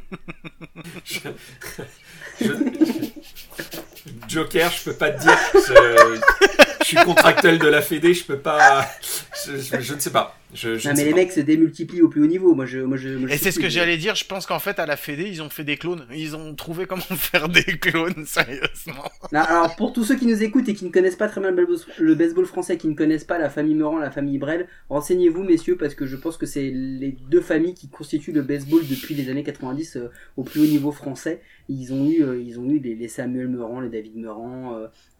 Joker, je peux pas te dire. Je suis contractuel de la fédé, je peux pas. Je ne sais pas. Non, mais les mecs se démultiplient au plus haut niveau. Moi, et c'est ce que j'allais dire. Je pense qu'en fait, à la fédé, ils ont fait des clones. Ils ont trouvé comment faire des clones, sérieusement. Non, alors, pour tous ceux qui nous écoutent et qui ne connaissent pas très bien le baseball français, qui ne connaissent pas la famille Meurant, la famille Brel, renseignez-vous, messieurs, parce que je pense que c'est les deux familles qui constituent le baseball depuis les années 90 au plus haut niveau français. Ils ont eu les Samuel Meurant, les David Meurant,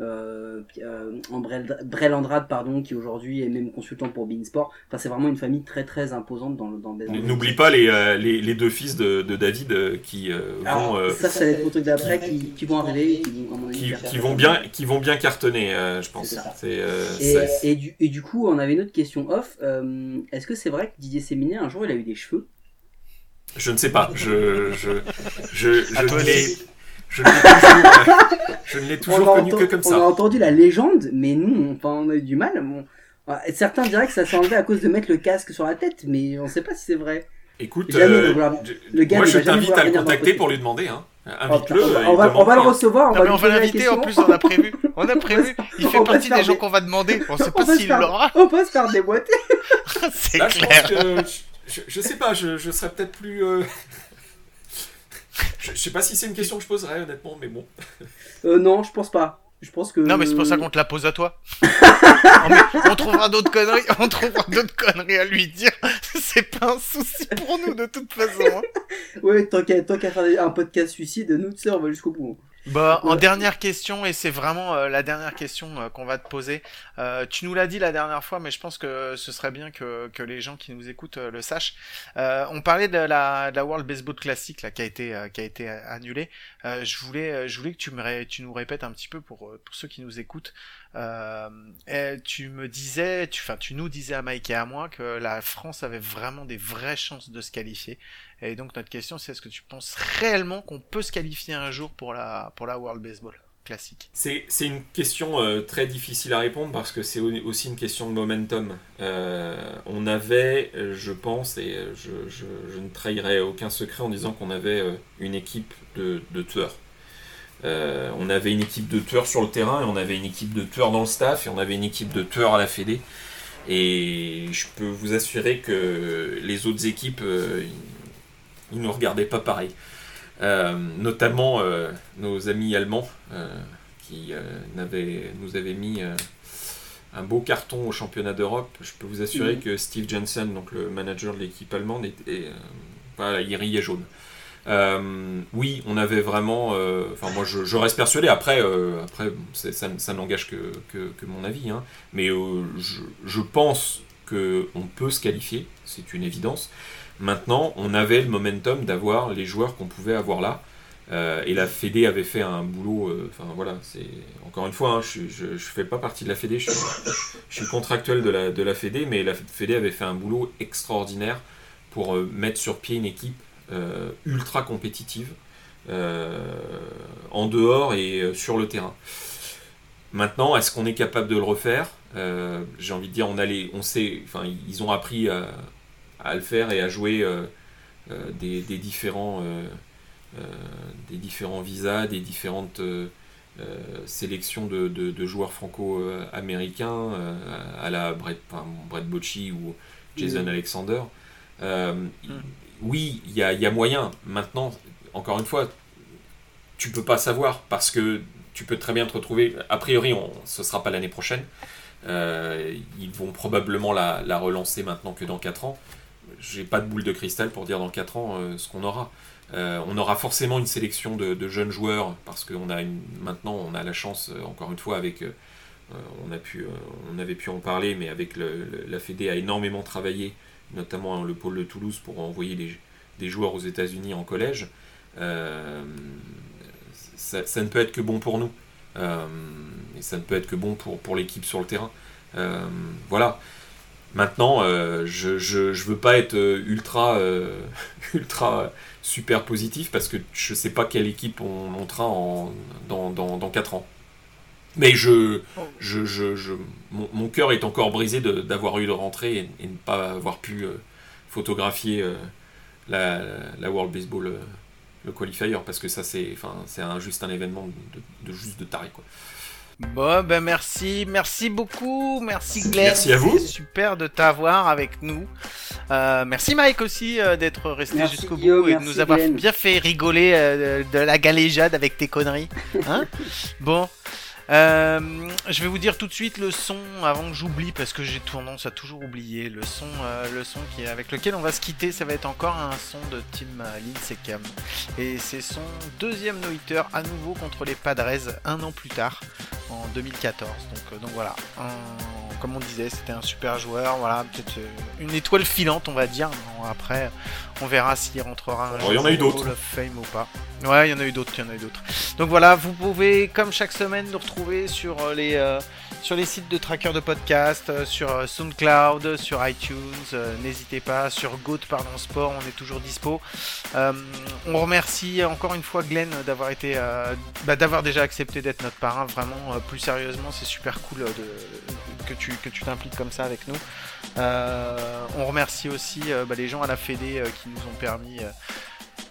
Brel Andrade, pardon, qui aujourd'hui est même consultant pour Beansport. Enfin, c'est vraiment une famille très très imposante dans le baseball. N'oublie pas les deux fils de David qui vont. Ça va être le truc d'après qui vont arriver, qui vont bien cartonner, je pense. Et du coup, on avait une autre question off. Est-ce que c'est vrai que Didier Séminet un jour il a eu des cheveux? Je ne sais pas. Je ne l'ai toujours connu que comme ça. On a entendu la légende, mais nous, on a eu du mal. Certains diraient que ça s'est enlevé à cause de mettre le casque sur la tête, mais on ne sait pas si c'est vrai. Écoute, le gars moi je t'invite à le contacter pour lui demander. Hein. Invite-le. On va le recevoir. On va l'inviter. En plus, on a prévu. Il fait partie des gens qu'on va demander. On sait pas s'il l'aura. On peut se faire déboîter. C'est là, clair. Je sais pas. Je serais peut-être plus. Je sais pas si c'est une question que je poserais honnêtement, mais bon. Non, je pense pas. Je pense que... Non, mais c'est pour ça qu'on te la pose à toi. On trouvera d'autres conneries à lui dire. C'est pas un souci pour nous, de toute façon. Hein. Ouais, tant qu'à faire un podcast suicide, nous, tu sais, on va jusqu'au bout. En dernière question, et c'est vraiment la dernière question qu'on va te poser. Tu nous l'as dit la dernière fois, mais je pense que ce serait bien que les gens qui nous écoutent le sachent. On parlait de la World Baseball Classic là, qui a été annulée. Je voulais que tu nous répètes un petit peu pour ceux qui nous écoutent. Tu nous disais à Mike et à moi que la France avait vraiment des vraies chances de se qualifier. Et donc notre question c'est, est-ce que tu penses réellement qu'on peut se qualifier un jour pour la World Baseball Classic? C'est une question très difficile à répondre parce que c'est aussi une question de momentum. On avait, je pense, et je ne trahirai aucun secret en disant qu'on avait une équipe de tueurs. On avait une équipe de tueurs sur le terrain et on avait une équipe de tueurs dans le staff et on avait une équipe de tueurs à la Fédé. Et je peux vous assurer que les autres équipes, ils ne nous regardaient pas pareil. Notamment nos amis allemands qui nous avaient mis un beau carton au championnat d'Europe. Je peux vous assurer que Steve Jensen, donc le manager de l'équipe allemande, il riait jaune. Oui, on avait vraiment. Moi, je reste persuadé. Après, ça n'engage que mon avis, hein. Mais je pense qu'on peut se qualifier, c'est une évidence. Maintenant, on avait le momentum d'avoir les joueurs qu'on pouvait avoir là. Et la Fédé avait fait un boulot. Encore une fois, hein, je fais pas partie de la Fédé. Je suis contractuel de la Fédé, mais la Fédé avait fait un boulot extraordinaire pour mettre sur pied une équipe ultra compétitive en dehors et sur le terrain. Maintenant, est-ce qu'on est capable de le refaire? J'ai envie de dire, ils ont appris à le faire et à jouer des différents visas, des différentes sélections de joueurs franco-américains à la Brett Bochy ou Jason Alexander. Oui, il y a moyen. Maintenant, encore une fois, tu peux pas savoir parce que tu peux très bien te retrouver. A priori, ce sera pas l'année prochaine. Ils vont probablement la relancer maintenant que dans 4 ans. J'ai pas de boule de cristal pour dire dans 4 ans ce qu'on aura. On aura forcément une sélection de jeunes joueurs parce qu'on a maintenant on a la chance, encore une fois, avec on avait pu en parler, mais avec la Fédé a énormément travaillé, notamment le pôle de Toulouse, pour envoyer des joueurs aux États-Unis en collège. Ça ne peut être que bon pour nous. Et ça ne peut être que bon pour l'équipe sur le terrain. Voilà. Maintenant, je veux pas être ultra super positif parce que je sais pas quelle équipe on montera dans 4 ans. Mais mon cœur est encore brisé d'avoir eu de rentrée et ne pas avoir pu photographier la World Baseball, le qualifier, parce que ça c'est juste un événement de taré, quoi. Bon, merci beaucoup, merci Glenn. Merci à vous. C'est super de t'avoir avec nous. Merci Mike aussi d'être resté jusqu'au bout et de nous avoir bien fait rigoler de la galéjade avec tes conneries. Hein? Bon. Je vais vous dire tout de suite le son avant que j'oublie, parce que j'ai tendance à toujours oublier le son avec lequel on va se quitter. Ça va être encore un son de Tim Lincecum et c'est son deuxième no-hitter à nouveau contre les Padres un an plus tard en 2014. Donc voilà, comme on disait, c'était un super joueur. Voilà, peut-être une étoile filante, on va dire. Bon, après, on verra s'il rentrera un jour au Hall of Fame ou pas. Ouais, il y en a eu d'autres. Donc voilà, vous pouvez, comme chaque semaine, nous retrouver sur les sites de trackers de podcast, sur SoundCloud, sur iTunes. N'hésitez pas, sur Goat Parlons Sport, on est toujours dispo. On remercie encore une fois Glenn d'avoir déjà accepté d'être notre parrain. Vraiment, plus sérieusement, c'est super cool que tu t'impliques comme ça avec nous. On remercie aussi les gens à la Fédé qui nous ont permis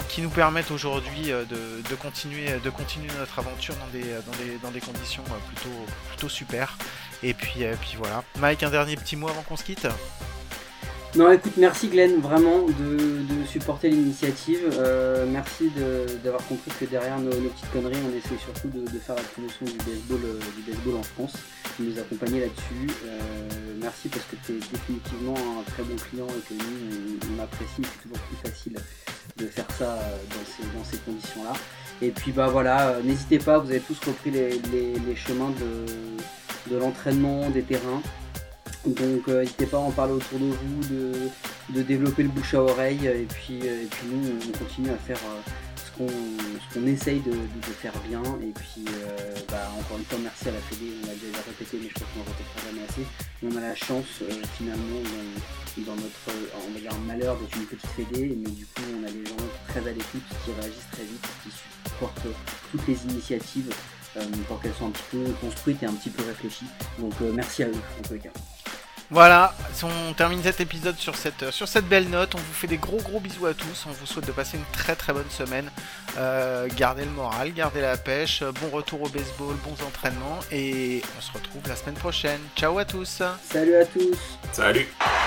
qui nous permettent aujourd'hui de continuer notre aventure dans des conditions plutôt super. Et puis voilà. Mike, un dernier petit mot avant qu'on se quitte ? Non, écoute, merci Glenn, vraiment, de supporter l'initiative. Merci d'avoir compris que derrière nos petites conneries, on essaie surtout de faire la promotion du baseball en France, de nous accompagner là-dessus. Merci parce que tu es définitivement un très bon client et que nous, on apprécie. C'est toujours plus facile de faire ça dans ces conditions-là. Et puis bah voilà, n'hésitez pas, vous avez tous repris les chemins de l'entraînement, des terrains. Donc n'hésitez pas à en parler autour de vous, de développer le bouche à oreille et puis nous on continue à faire ce qu'on essaye de faire bien et puis encore une fois merci à la Fédé, on l'a déjà répété mais je crois qu'on ne répétera jamais assez. On a la chance finalement dans notre on va dire malheur d'être une petite Fédé, mais du coup on a des gens très à l'écoute qui réagissent très vite, qui supportent toutes les initiatives pour qu'elles soient un petit peu construites et un petit peu réfléchies. Donc merci à eux en tous les cas. Voilà, on termine cet épisode sur cette belle note. On vous fait des gros bisous à tous. On vous souhaite de passer une très très bonne semaine. Gardez le moral, gardez la pêche. Bon retour au baseball, bons entraînements. Et on se retrouve la semaine prochaine. Ciao à tous. Salut à tous. Salut.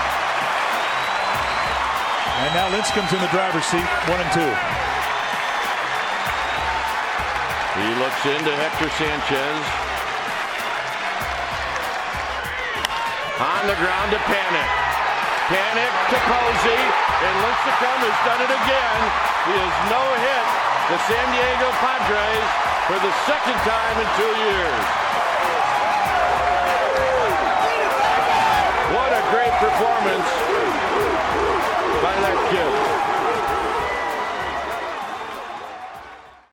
And now Lincecum's in the driver's seat, 1-2. He looks into Hector Sanchez. On the ground to Panik. Panik to Posey, and Lincecum has done it again. He has no-hit the San Diego Padres for the second time in 2 years. What a great performance